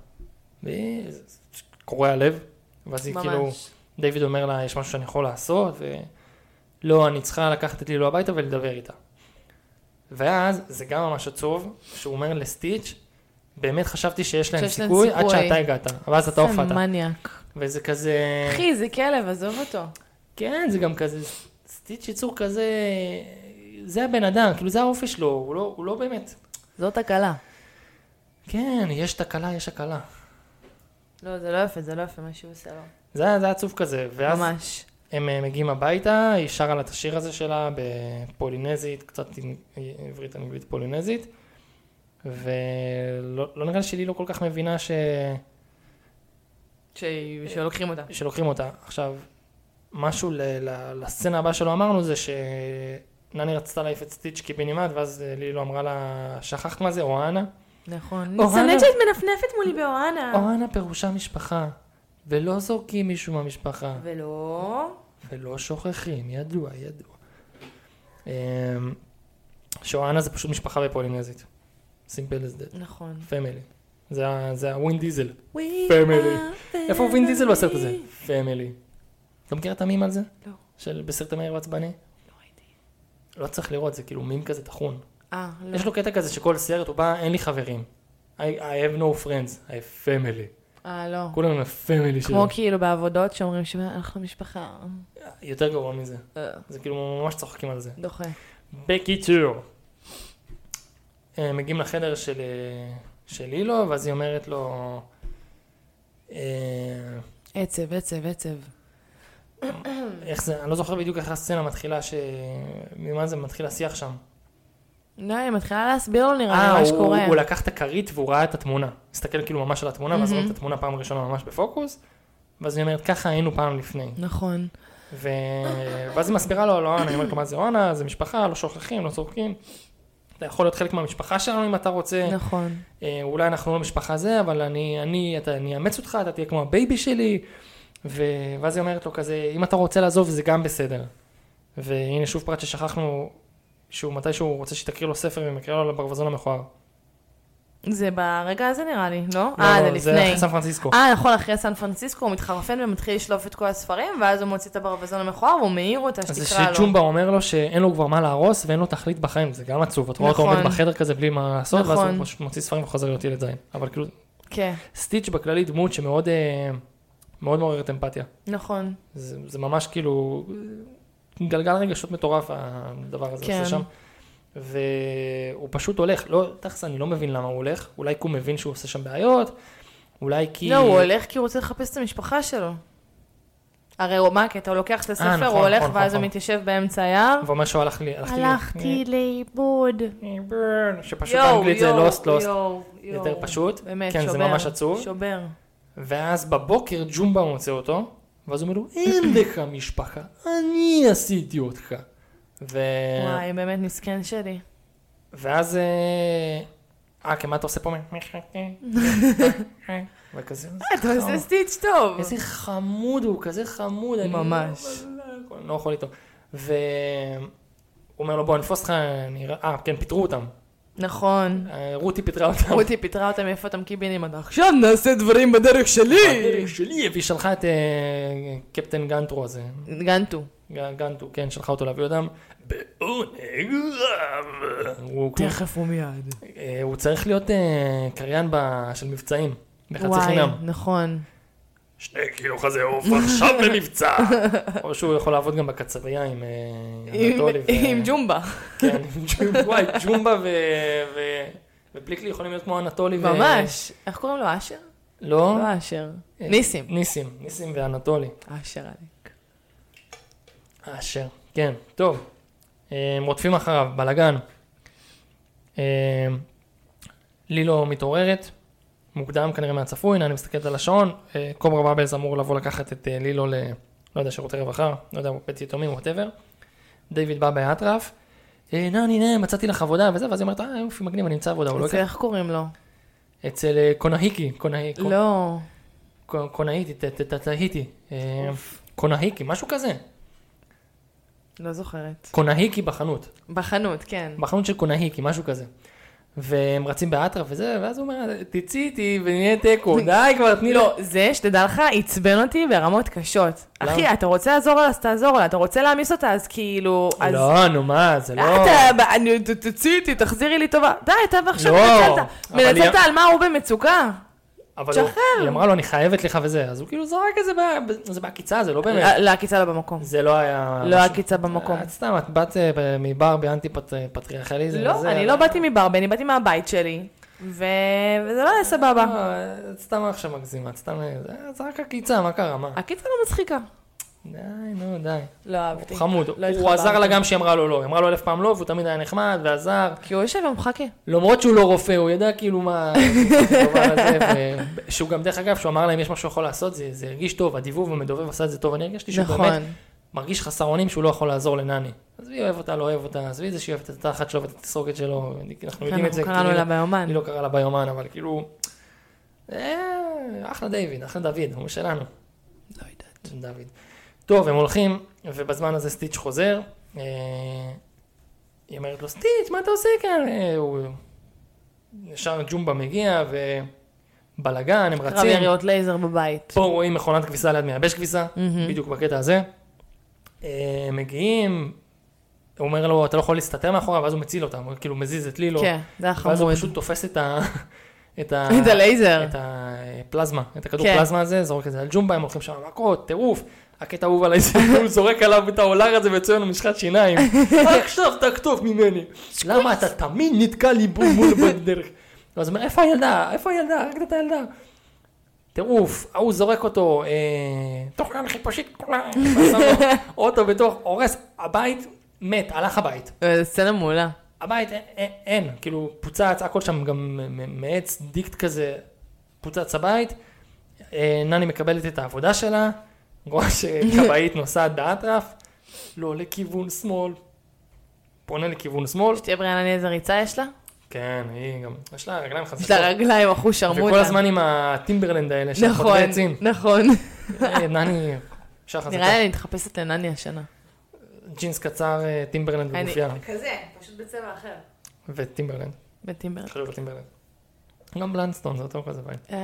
קורא הלב, ואז היא כאילו, דיוויד אומר לה, יש משהו שאני יכול לעשות, ולא, אני צריכה לקחת את לילו הביתה ולדבר איתה. ואז, זה גם ממש עצוב, שהוא אומר לסטיץ', באמת חשבתי שיש להם סיכוי, עד שאתה הגעת, ואז אתה הופעת. זה מניאק. וזה כזה... אחי, זה כלב, עזוב אותו. כן, זה גם כזה, סטיץ' יצור כזה, זה הבן אדם, כאילו זה האופי שלו, הוא לא באמת. זאת הקלה. כן, יש תקלה, יש הקלה. לא, זה לא יפה, זה לא יפה מה שהוא עושה לו. זה עצוב כזה, ואז ממש. הם מגיעים הביתה, היא שרה לה את השיר הזה שלה בפולינזית, קצת עם עברית אנגלית פולינזית, ולא נראה שלי לא כל כך מבינה שלוקחים אותה. שלוקחים אותה. עכשיו, משהו לסצנה הבאה שלו אמרנו זה שנני רצתה להעיף את סטיץ' קיבינימט, ואז לי לא אמרה לה, שכחת מה זה, אוהנה? נכון. ניצנת שאת מנפנפת מולי באוהנה. אוהנה פירושה משפחה, ולא זורקים מישהו מהמשפחה. ולא שוכחים, ידוע. שאוהנה זה פשוט משפחה בפולינזית. סימפל as that. נכון. פמילי. זה הווין דיזל. פמילי. איפה ווין דיזל בסרט הזה? פמילי. אתה מכיר את המים על זה? לא. של בסרט המהיר ועצבני? לא הייתי. לא צריך לראות, זה כאילו מים כזה תחון. לא. יש לו קטע כזה שכל סרט הוא בא, אין לי חברים. I have no friends, I have family. לא. כולם עם הפמילי שלו. כמו כאילו בעבודות שאומרים שאנחנו משפחה. יותר גרוע מזה. זה כאילו ממש צוחקים על זה. דוחה. בקיצור. מגיעים לחדר של אילו, ואז היא אומרת לו... עצב. איך זה? אני לא זוכר בדיוק איך הסצנה מתחילה ממה זה מתחיל השיח שם. לא, היא מתחילה להסביר לו נראה מה שקורה. הוא לקח את הכרית והוא ראה את התמונה. הסתכל כאילו ממש על התמונה, ואז רואים את התמונה פעם ראשונה ממש בפוקוס, ואז היא אומרת, ככה היינו פעם לפני. נכון. ואז היא מסבירה לו, לא, אני אומרת לו, מה זה אוהנה? זה משפחה, לא שוכחים, לא צורקים. אתה יכול להיות חלק מהמשפחה שלנו אם אתה רוצה. נכון. אולי אנחנו לא משפחה זה, אבל אני אאמץ אותך, אתה תהיה כמו הבייבי שלי. ואז היא אומרת לו כזה, אם אתה רוצה לעזוב, זה גם בסדר. והנה שוב פרט ששכחנו, מתי שהוא רוצה שתקריא לו ספר ומקריא לו לברווזון המכוער. זה ברגע הזה נראה לי, לא? לא, זה לפני. זה אחרי סן פרנסיסקו. נכון, אחרי סן פרנסיסקו הוא מתחרפן ומתחיל לשלוף את כל הספרים, ואז הוא מוציא את הברווזון המכוער והוא מעיר אותה שתקרא לו. אז שג'ומבה אומר לו שאין לו כבר מה להרוס ואין לו תכלית בחיים, זה גם עצוב. אתה רואה אותו עומד בחדר כזה בלי מה לעשות, ואז הוא מוציא ספרים וחוזר להיות ילד זין. אבל כאילו, סטיץ' בכללי דמות שמאוד מאוד מעוררת אמפתיה. נכון. זה ממש כאילו גלגל רגשות מטורף הדבר הזה עושה שם. והוא פשוט הולך, תכף אני לא מבין למה הוא הולך, אולי כי הוא מבין שהוא עושה שם בעיות, אולי כי... לא, הוא הולך כי הוא רוצה לחפש את המשפחה שלו. הרי הוא מה, כי אתה לוקח את הספר, הוא הולך ואז הוא מתיישב באמצע היער. ואומר שהוא הלכתי לאיבוד. שפשוט באנגלית זה לוסט, יותר פשוט. באמת, כן, זה ממש עצוב. שובר. ואז בבוקר ג'ומבה מוצא אותו, ואז הוא אומר לו, אין לך משפחה, אני עשיתי אותך. וואי, באמת מסכן שלי. ואז, כמה אתה עושה פה? וכזה, אתה עושה סטיץ' טוב. איזה חמוד הוא, כזה חמוד. ממש. אני לא יכול איתו. והוא אומר לו, בוא נפוס אותך, כן, פיתרו אותם. נכון. רותי פיתרה אותם. איפה אותם קיבינים? עכשיו נעשה דברים בדרך שלי. בדרך שלי, והיא שלחה את קפטן גנטרו הזה. גנטו, כן, שלחה אותו להביא אותם. בעונג רב. תכף ומיד. הוא צריך להיות קריין של מבצעים, בחצי חינם. וואי, נכון. 2 קילו חזה עוף עכשיו במבצע. או שהוא יכול לעבוד גם בקצריה עם אנטולי. עם ג'ומבה. כן, וואי, ג'ומבה ופליקלי יכולים להיות כמו אנטולי. ממש. איך קוראים לו? אשר? לא. לא אשר. ניסים. ניסים ואנטולי. אשר עליק. אשר, כן, טוב. רודפים אחריו, בלגן. לילו מתעוררת, מוקדם כנראה מהצפוי, אני מסתכלת על השעון, קוברה באבלס אמור לבוא לקחת את לילו לא יודע, שירותי רווחה, לא יודע, בית יתומים, whatever. דיוויד בא באטרף, מצאתי לך עבודה וזה, ואז היא אומרת, יופי, מגניב, אני אמצא עבודה. אצל איך קוראים לו? אצל קונהיקי. לא. קונהיטי, קונהיקי, משהו כזה. לא זוכרת. קונהיקי בחנות. בחנות, כן. בחנות של קונהיקי, משהו כזה. והם רצים באטרף וזה, ואז הוא אומר, תצאי איתי ונהיה טקו, די כבר, תני לו. לא, זה שתדע לך, עצבן אותי ברמות קשות. אחי, אתה רוצה לעזור לה, אז תעזור לה, אתה רוצה להמיס אותה, אז כאילו... לא, נו מה, זה לא... תצאי איתי, תחזירי לי טובה. די, אתה ועכשיו מנצלת על מה הוא במצוקה. אבל שחרר. היא אמרה לו, אני חייבת לך וזה, אז הוא כאילו זרק את זה בעקיצה, זה לא באמת. לא, עקיצה לא במקום. זה לא היה... לא עקיצה במקום. את סתם, את באת מבר באנטי פטריארכליזם. לא, אני לא באתי מברבי, אני באתי מהבית שלי, וזה לא היה סבבה. את סתם עכשיו מגזימה, את סתם... זה רק עקיצה, מה קרה, מה? עקיצה לא מצחיקה. די, נו, די. לא אהבתי. הוא חמוד. לא הוא התחברתי. עזר לה גם שהיא אמרה לו לא. היא אמרה לו 1000 פעם לא, והוא תמיד היה נחמד ועזר. כי הוא יושב ומחכה. למרות שהוא לא רופא, הוא ידע כאילו מה... שהוא גם דרך אגב, שהוא אמר להם יש משהו יכול לעשות, זה הרגיש טוב, הדיבוב המדובב עשה את זה טוב, אני הרגשתי שהוא באמת מרגיש חסר אונים שהוא לא יכול לעזור לנני. אז היא אוהב אותה, לא אוהב אותה, אז היא זה שהיא אוהבת את התחת שלו ואת התסרוקת שלו, אנחנו יודעים את זה. קראנו לה ביומן. אני לא קרא לה ביומן, אבל כאילו... אחלה דיוויד, אחלה דוד, הוא שלנו. לא יודעת. דוד. טוב, הם הולכים, ובזמן הזה סטיץ' חוזר. היא אומרת לו, סטיץ', מה אתה עושה כאן? ישר ג'ומבה מגיע, ובלגן, הם רצים. קרב יריות לייזר בבית. פה רואים מכונת כביסה ליד מייבש כביסה, בדיוק בקטע הזה. מגיעים, הוא אומר לו, אתה לא יכול להסתתר מאחורה, ואז הוא מציל אותם, הוא כאילו מזיז את לילו. כן, זה היה חמוד. ואז הוא פשוט תופס את הלייזר. את הפלזמה, את הכדור כן. פלזמה הזה, זורק את זה על ג'ומבה, הם הולכים שם מכות, טירוף. הקטע אהוב עליי זה, הוא זורק עליו את העולר הזה ויוצא לנו משחת שיניים. עכשיו תקטוף ממני. למה אתה תמיד נתקע לי מול בדרך? אז הוא אומר, איפה הילדה? איפה הילדה? רק את הילדה. טירוף, הוא זורק אותו, תוך כאן חיפושית כולה, אוטו בתוך, הורס, הבית מת, הלך הבית. זה סצנה מעולה. הבית אין, כאילו פוצץ, הכל שם גם מעץ דיקט כזה, פוצץ הבית. נני מקבלת את העבודה שלה, רואה שקבעית נוסעת באטרף, לא לכיוון שמאל, פונה לכיוון שמאל. שתהיה בריאנה איזה ריצה יש לה? כן, היא גם, יש לה רגליים חזקות. יש לה רגליים, אחוז שרמוטה. וכל הזמן עם הטימברלנד האלה, שהחוטבי עצים. נכון. נני, אישה חזקה. נראה לי אני מתחפשת לנני השנה. ג'ינס קצר, טימברלנד וגופייה. כזה, פשוט בצבע אחר. וטימברלנד. בטימברלנד. חשוב בטימברלנד. גם בלנסטון, זה אותו כזה בית.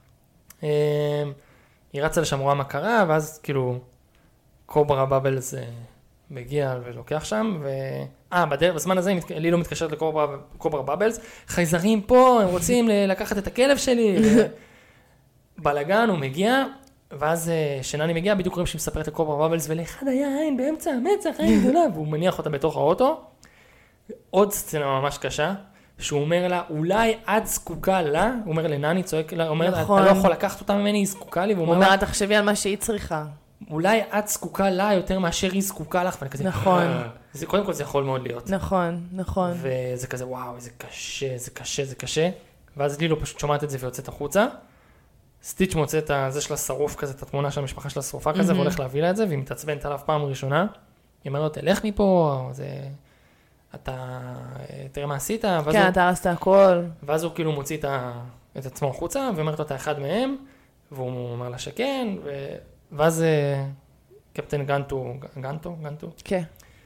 היא רצה לשם רואה מה קרה, ואז כאילו קוברה בבלס מגיע ולוקח שם, בזמן הזה לילו מתקשרת לקוברה בבלס, חייזרים פה, הם רוצים לקחת את הכלב שלי, בלגן, הוא מגיע, ואז שנני מגיע, בדיוק רואים שהיא מספרת לקוברה בבלס, ולאחד היה עין באמצע המצח, עין גדולה, והוא מניח אותה בתוך האוטו. עוד סצנה ממש קשה, שהוא אומר לה, אולי את זקוקה לה, הוא אומר לנני, צועק לה, הוא אומר לה, אתה לא יכול לקחת אותה ממני, היא זקוקה לי, הוא אומר לה, תחשבי על מה שהיא צריכה. אולי את זקוקה לה יותר מאשר היא זקוקה לך, ואני כזה, נכון. קודם כל זה יכול מאוד להיות. נכון, נכון. וזה כזה, וואו, זה קשה, זה קשה, זה קשה. ואז לילו פשוט שומעת את זה ויוצאת החוצה. סטיץ' מוצא את זה של השרוף כזה, את התמונה של המשפחה של השרופה כזה, והולך להביא לה את זה, והיא מתעצבנת עליו פעם ראשונה. היא אומרת, תלך מפה, אתה, תראה מה עשית. כן, אתה הרסת הכל. ואז הוא כאילו מוציא את עצמו החוצה, ואומרת לו, אתה אחד מהם, והוא אומר לה שכן, ואז קפטן גנטו, כן.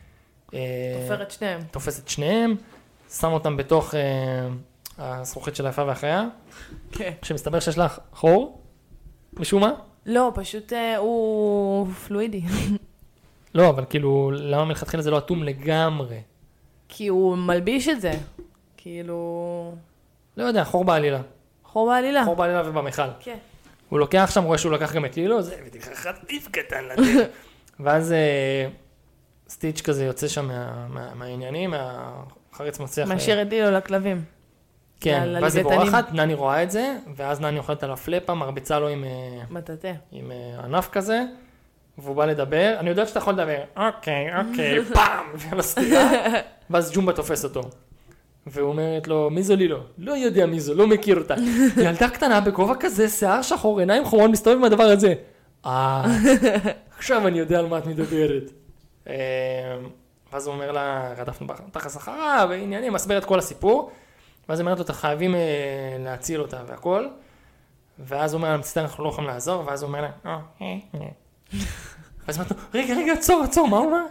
תופס את שניהם, שם אותם בתוך הזכוכית של היפה והחיה, כן. שמסתבר שיש לה חור, משום מה? לא, פשוט הוא פלואידי. לא, אבל כאילו, למה מלכתחילה זה לא אטום לגמרי? כי הוא מלביש את זה. כאילו... לא יודע, חור בעלילה. חור בעלילה. חור בעלילה ובמכל. כן. הוא לוקח שם, רואה שהוא לקח גם את לילו, זה, ותיקח חטיף קטן לתת. ואז סטיץ' כזה יוצא שם מהעניינים, מהחרץ מצליח. משאיר את לילו לכלבים. כן, ואז היא בורחת, נני רואה את זה, ואז נני אוכלת על הפלאפה, מרביצה לו מטאטא. עם ענף כזה, והוא בא לדבר, אני יודעת שאתה יכול לדבר, אוקיי, פעם, ולסתירה, ואז ג'ומבה תופס אותו. והוא אומרת לו, מי זו לילו? לא יודע מי זו, לא מכיר אותה. ילדה קטנה בגובה כזה, שיער שחור, עיניים חומות, מסתובב עם הדבר הזה. עכשיו אני יודע על מה את מדברת. ואז הוא אומר לה, רדפנו תחת אחריו, ועניינים, מסבר את כל הסיפור. ואז היא אומרת לו, אתה חייבים להציל אותה והכל. ואז הוא אומר לה, מצטער, אנחנו לא יכולים לעזור, ואז הוא אומר לה, ואז הוא אומר לו, רגע, עצור, מה הוא אומר?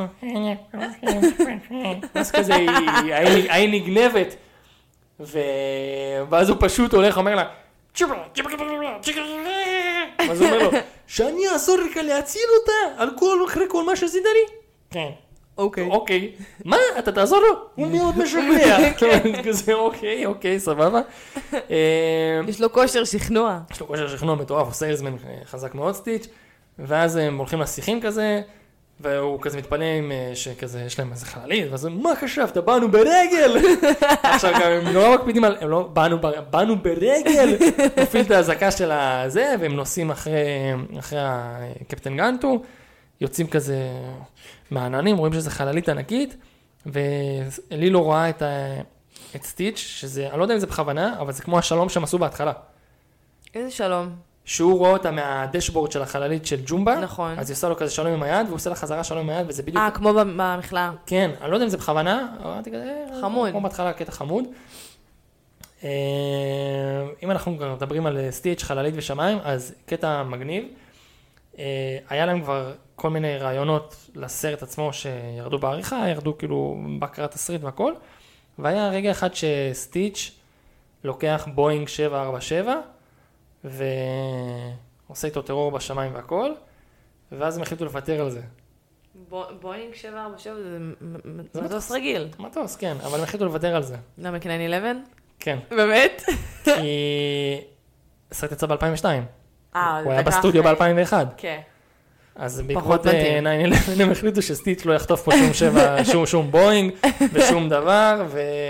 אז כזה, היא נגנבת, ואז הוא פשוט הולך, אומר לה, ואז הוא אומר לו, שאני אעזור לך להציל אותה, אחרי כל מה שעשית לי? כן. אוקיי, מה? אתה תעזור לו? הוא מאוד משכנע. כזה, אוקיי, סבבה. יש לו כושר שכנוע. יש לו כושר שכנוע מטורף, הוא סיילסמן חזק מאוד סטיץ', ואז הם הולכים לשיחים כזה, והוא כזה מתפלא עם שכזה, יש להם איזה חללית, ואז מה חשבת? באנו ברגל! עכשיו גם הם נורא מקפידים על, הם לא, באנו ברגל! מפעיל את ההזקה של הזה, והם נוסעים אחרי הקפטן גנטו, יוצאים כזה מהעננים, רואים שזה חללית ענקית, ולילו רואה את סטיץ', שזה, אני לא יודע אם זה בכוונה, אבל זה כמו השלום שהם עשו בהתחלה. איזה שלום? שהוא רואה אותה מהדשבורד של החללית של ג'ומבה, נכון. אז היא עושה לו כזה שלום עם היד, והוא עושה לה חזרה שלום עם היד, וזה בדיוק... כמו במכלאה. כן, אני לא יודע אם זה בכוונה, אמרתי כזה... חמוד. כמו בהתחלה קטע חמוד. אם אנחנו מדברים על סטיץ', חללית ושמיים, אז קטע מגניב. היה להם כבר כל מיני רעיונות לסרט עצמו שירדו בעריכה, ירדו כאילו בקרת תסריט והכל, והיה רגע אחד שסטיץ' לוקח בואינג 747, ועושה איתו טרור בשמיים והכל, ואז הם החליטו לוותר על זה. בואינג 747 זה מטוס רגיל. מטוס, כן, אבל הם החליטו לוותר על זה. למה, כ-9-11? כן. באמת? כי הסרט יצא ב-2002. הוא היה דקה בסטודיו אחרי. ב-2001. כן. אז פחות בעקבות מתאים. 9-11 הם החליטו שסטיץ' לא יחטוף פה שום בואינג ושום דבר,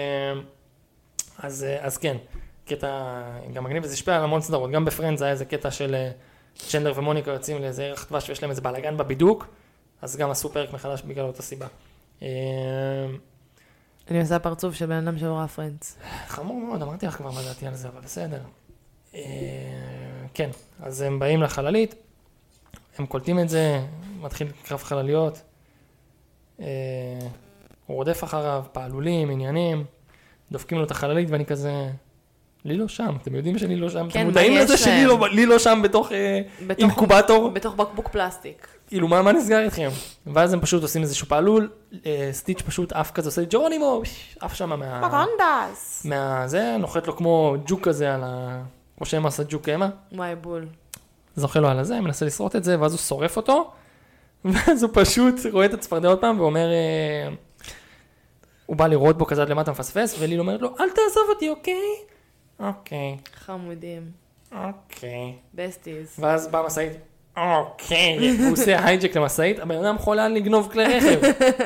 אז כן. קטע גם מגניב, וזה השפיע על המון סדרות, גם בפרנדס היה איזה קטע של צ'נדלר ומוניקה יוצאים לאיזה ירח דבש ויש להם איזה בלגן בבידוק, אז גם עשו פרק מחדש בגלל אותה סיבה. אני עושה פרצוף של בן אדם שלא ראה פרנדס. חמור מאוד, אמרתי לך כבר מה דעתי על זה, אבל בסדר. כן, אז הם באים לחללית, הם קולטים את זה, מתחיל קרב חלליות, הוא רודף אחריו, פעלולים, עניינים, דופקים לו את החללית ואני כזה... לי לא שם, אתם יודעים שלי לא שם, כן, אתם מודעים לזה שלי לא שם בתוך אינקובטור? בתוך בקבוק פלסטיק. כאילו, מה נסגר איתכם? ואז הם פשוט עושים איזשהו פעלול, סטיץ' פשוט אף כזה עושה ג'רונימו, אף שם פקונדס. זה, נוחת לו כמו ג'וק כזה על כמו שהם עשה ג'וק אמה. וואי בול. זוכה לו על הזה, מנסה לשרוט את זה, ואז הוא שורף אותו, ואז הוא פשוט רואה את הצפרדע עוד פעם ואומר... הוא בא לראות בו כזה עד למטה מפספס, וליל אומרת לו, אל תעזוב אותי, אוקיי? אוקיי. חמודים. אוקיי. בסטיז. ואז בא מסעית, אוקיי. הוא עושה הייג'ק למסעית, הבן אדם חולה לגנוב כלי רכב.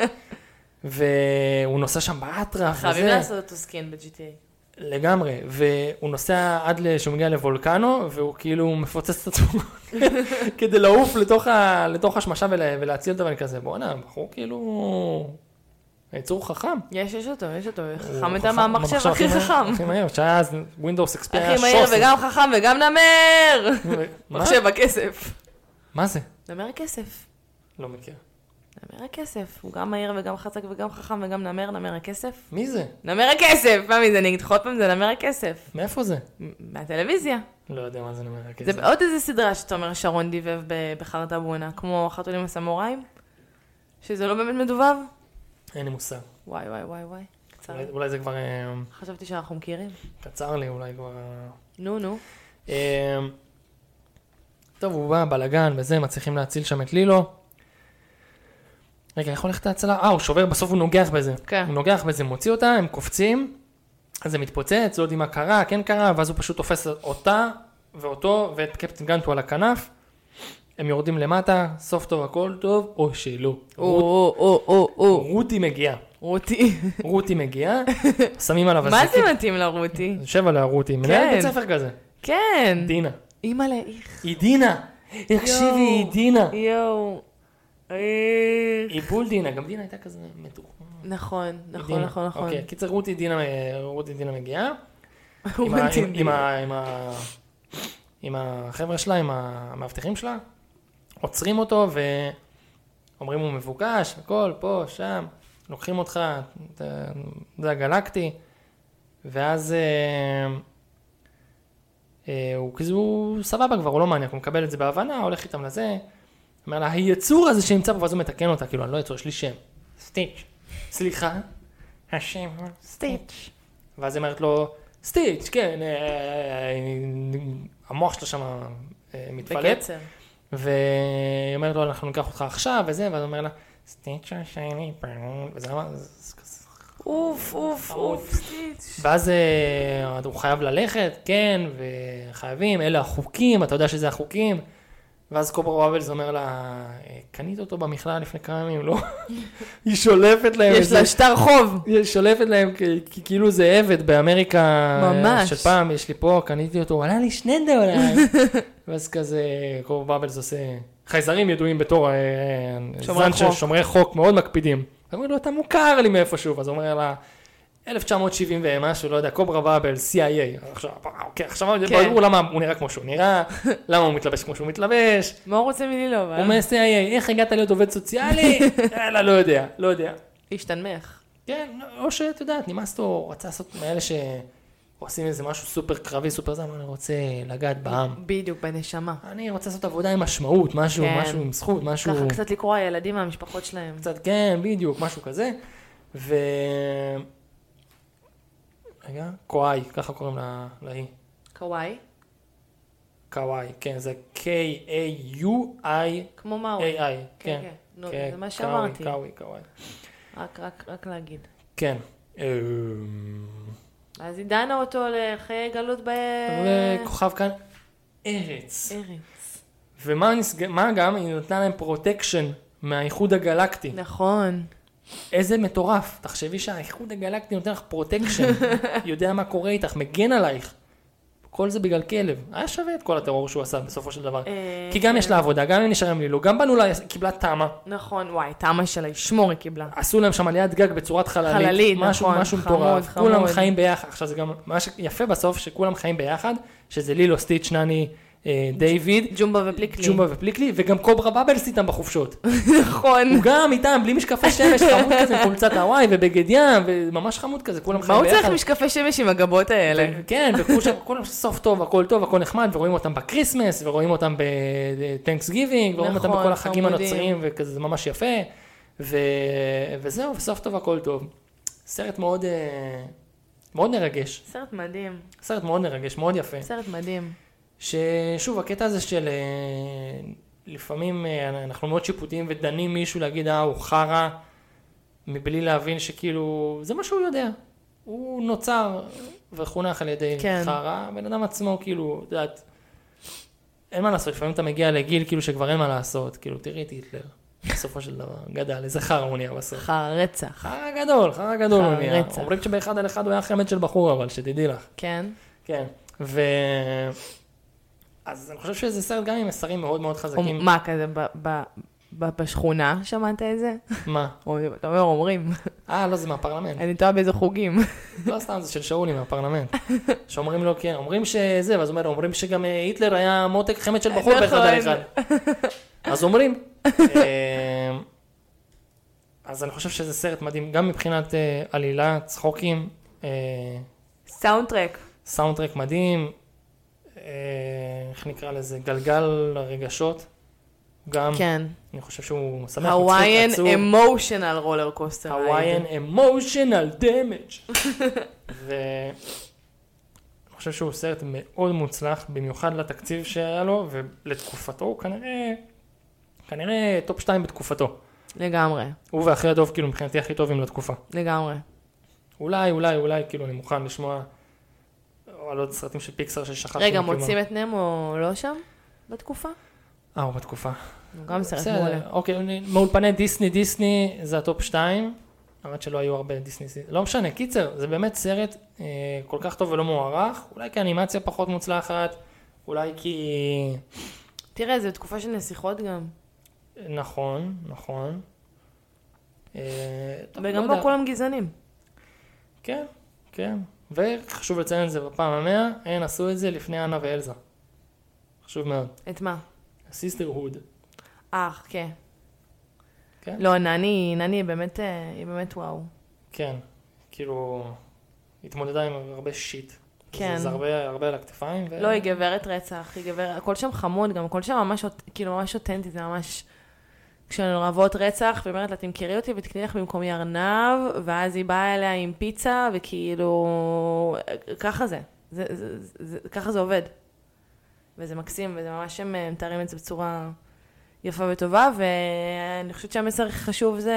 והוא נוסע שם באטרף. חייבים לעשות אותו סקין ב-GTA. לגמרי. והוא נוסע עד שהוא מגיע לוולקנו, והוא כאילו מפוצץ את עצמו כדי לעוף לתוך השמשה ולהציל אותו, ואני כזה, בוא'נה, בחור כאילו... יצור חכם. יש אותו. חכם את המחשב הכי חכם. הכי מהר, שהיה אז Windows XP היה הכי מהיר וגם חכם וגם נמר. מחשב הכסף. מה זה? נמר הכסף. לא מכיר. נמר הכסף. הוא גם מהיר וגם חזק וגם חכם וגם נמר הכסף. מי זה? נמר הכסף. מה מזה? אני אגיד לך עוד פעם, זה נמר הכסף. מאיפה זה? מהטלוויזיה. לא יודע מה זה נמר הכסף. זה עוד איזה סדרה שאתה אומר שרון דיבב בחרטה בונה, כמו חתולים הסמוראים, שזה לא באמת מדובב. אין לי מושג. וואי. אולי זה כבר... חשבתי שאנחנו מכירים. קצר לי, אולי כבר... נו. טוב, הוא בא, בלגן וזה, מצליחים להציל שם את לילו. רגע, יכול ללכת להצלה? הוא שובר, בסוף הוא נוגח בזה. כן. הוא נוגח בזה, מוציא אותה, הם קופצים, אז זה מתפוצץ, לא יודעים מה קרה, כן קרה, ואז הוא פשוט תופס אותה ואותו ואת קפטן גנטו על הכנף. הם יורדים למטה, סוף טוב, הכל טוב, או שלא. רותי מגיעה. רותי מגיעה, שמים עליו... מה זה מתאים לרותי? יושב עליה רותי, מנהל בית ספר כזה. כן. דינה. אימא לאיך. היא דינה. תקשיבי, היא דינה. יואו. היא בול דינה, גם דינה הייתה כזה מתוך. נכון. אוקיי, קיצר רותי דינה מגיעה. עם החבר'ה שלה, עם המאבטחים שלה. עוצרים אותו ואומרים הוא מבוקש, הכל, פה, שם, לוקחים אותך, זה הגלקטי, ואז הוא סבבה כבר, הוא לא מעניין, הוא מקבל את זה בהבנה, הולך איתם לזה, אומר לה, היצור הזה שנמצא פה, ואז הוא מתקן אותה, כאילו, אני לא יצור, יש לי שם, סטיץ', סליחה, השם, סטיץ', ואז היא אומרת לו, סטיץ', כן, המוח שלה שם מתפלט, בקצר. והיא אומרת לו, אנחנו ניקח אותך עכשיו וזה, ואז הוא אומר לה, סטיץ' שייני, וזה אמר, אוף, סטיץ'. ואז הוא חייב ללכת, כן, וחייבים, אלה החוקים, אתה יודע שזה החוקים, ואז קוברה וובלס אומר לה, קנית אותו במכללה לפני כמה ימים, לא? היא שולפת להם יש לה שטר חוב. היא שולפת להם כאילו זה עבד באמריקה. ממש. של פעם, יש לי פה, קניתי אותו, הוא עלה לי $2. ואז כזה, קוברה וובלס עושה, חייזרים ידועים בתור זן של שומרי חוק מאוד מקפידים. אמרו לו, אתה מוכר לי מאיפשהו, אז הוא אומר לה, 1970 ומשהו, לא יודע, קוברה וובלס, CIA. עכשיו ברור למה הוא נראה כמו שהוא נראה, למה הוא מתלבש כמו שהוא מתלבש. מה הוא רוצה ממני לא? הוא מה-CIA, איך הגעת להיות עובד סוציאלי? לא יודע. להשתנמך. כן, או שאת יודעת, נמאס לו, רצה לעשות מאלה שעושים איזה משהו סופר קרבי, סופר זמן, אני רוצה לגעת בעם. בדיוק, בנשמה. אני רוצה לעשות עבודה עם משמעות, משהו עם זכות, משהו... ככה קצת לקרוא הילדים מהמשפחות שלהם. קצת, כן, בדיוק, משהו כזה. רגע, קוואי, ככה קוראים להיא. קוואי? קוואי, כן, זה K-A-U-I-A-I. כמו מאווי. כן. נו, זה מה שאמרתי. קוואי. רק להגיד. כן. אז היא דנה אותו לחיי גלות וכוכב כאן, ארץ. ומה גם, היא נתנה להם פרוטקשן מהאיחוד הגלקטי. נכון. איזה מטורף. תחשבי שהאיחוד הגלקטי נותן לך פרוטקשן, יודע מה קורה איתך, מגן עלייך. כל זה בגלל כלב. היה שווה את כל הטרור שהוא עשה בסופו של דבר. כי גם יש לה עבודה, גם אם נשארים לי לו, גם בנו לה, קיבלה תמה. נכון, וואי, תמה שלה, ישמור היא קיבלה. עשו להם שם עליית גג בצורת חללית. חללית, נכון, משהו מטורף. כולם חיים ביחד. עכשיו זה גם, מה שיפה בסוף, שכולם חיים ביחד, שזה לילו, סטיץ', נני, דיוויד, ג'ומבה ופליקלי, וגם קוברה וובלס איתם בחופשות. נכון. הוא גם איתם, בלי משקפי שמש, חמוד כזה, חולצת הוואי ובגד ים, וממש חמוד כזה, כולם חיים ביחד. מה הוא צריך משקפי שמש עם הגבות האלה? כן, וכולם סוף טוב, הכל טוב, הכל נחמד, ורואים אותם בקריסמס, ורואים אותם בטנקסגיבינג, ורואים אותם בכל החגים הנוצריים, וכזה, זה ממש יפה, וזהו, וסוף טוב, הכל טוב. סרט מאוד נרגש. סרט מדהים. סרט מאוד נרגש, מאוד יפה. סרט מדהים. ששוב, הקטע הזה של לפעמים אנחנו מאוד שיפוטיים ודנים מישהו להגיד, הוא חרה, מבלי להבין שכאילו, זה מה שהוא יודע. הוא נוצר וחונך על ידי חרה, בן אדם עצמו כאילו, את יודעת, אין מה לעשות, לפעמים אתה מגיע לגיל כאילו שכבר אין מה לעשות, כאילו תראי את היטלר, בסופו של דבר, גדל, איזה חרה הוא נהיה בסוף. חרה רצח. חרה גדול הוא נהיה. אומרים שבאחד על אחד הוא היה חמד של בחור, אבל שתדעי לך. כן. כן, אז אני חושב שזה סרט גם עם מסרים מאוד מאוד חזקים. מה, כזה בשכונה שמעת את זה? מה? אתה אומר, אומרים. לא, זה מהפרלמנט. אני טועה באיזה חוגים. לא סתם, זה של שאולי מהפרלמנט. שאומרים לו, כן, אומרים שזה, ואז אומרים שגם היטלר היה מותק חמד של בחור באחד על אחד. אז אומרים. אז אני חושב שזה סרט מדהים, גם מבחינת עלילה, צחוקים. סאונדטרק מדהים. איך נקרא לזה? גלגל הרגשות. גם, כן. אני חושב שהוא שמח, הוויין אמושיונל רולר קוסטר. הוויין אמושיונל דמג'. ואני חושב שהוא סרט מאוד מוצלח, במיוחד לתקציב שהיה לו, ולתקופתו הוא כנראה טופ 2 בתקופתו. לגמרי. הוא ואחרי הדוב כאילו מבחינתי הכי טובים לתקופה. לגמרי. אולי, כאילו אני מוכן לשמוע על עוד סרטים של פיקסר ששכחתי. רגע, מוצאים את נמו לא שם? בתקופה? הוא בתקופה. הוא גם סרט מעולה. אוקיי, מאולפני דיסני זה הטופ 2, למרות שלא היו הרבה דיסני, לא משנה, קיצר, זה באמת סרט כל כך טוב ולא מוערך, אולי כי האנימציה פחות מוצלחת, אולי כי... תראה, זה תקופה של נסיכות גם. נכון. וגם לא כולם גזענים. כן. וחשוב לציין את זה בפעם ה-100, הם עשו את זה לפני אנה ואלזה. חשוב מאוד. את מה? הסיסטרהוד. כן. לא, נני היא באמת וואו. כן, כאילו, התמודדה עם הרבה שיט. כן. זה הרבה על הכתפיים. לא, היא גברת רצח, הכל שם חמוד, גם הכל שם ממש אותנטי, זה ממש... כשאנו אוהבות רצח, והיא אומרת לה, תמכרי אותי ותקני לך במקומי ארנב, ואז היא באה אליה עם פיצה, וכאילו, ככה זה. ככה זה עובד. וזה מקסים, וזה ממש הם מתארים את זה בצורה יפה וטובה, ואני חושבת שהמסר הכי חשוב זה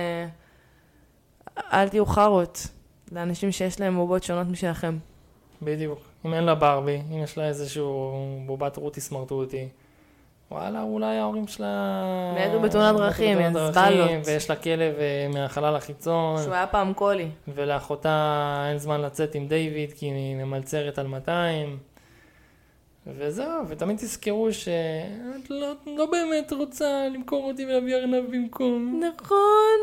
אל תהיו חרות לאנשים שיש להם בובות שונות משלכם. בדיוק. אם אין לה ברבי, אם יש לה איזשהו בובת רותי סמרטוטי, וואלה, אולי ההורים שלה... מתו בתאונת דרכים, זבלות. ויש לה כלב מהחלל החיצון. שהוא היה פעם קולי. ולאחותה אין זמן לצאת עם דיוויד, כי היא ממלצרת על 200. וזהו, ותמיד תזכרו שאת לא באמת רוצה למכור אותי ולהביא ארנב במקום. נכון.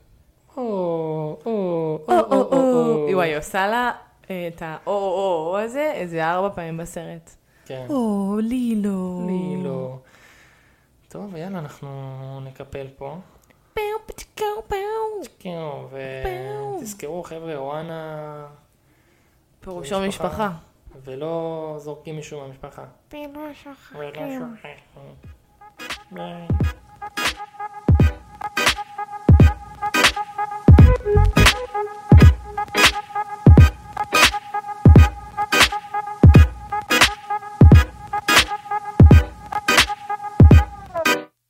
היא עושה לה את ה-או הזה איזה 4 פעמים בסרט. כן. לילו. לילו. טוב, יאללה, אנחנו נקפל פה. ותזכרו, חבר'ה, אוהנה... פירושו משפחה. ולא זורקים מישהו מהמשפחה. ולא שוכחים. ביי.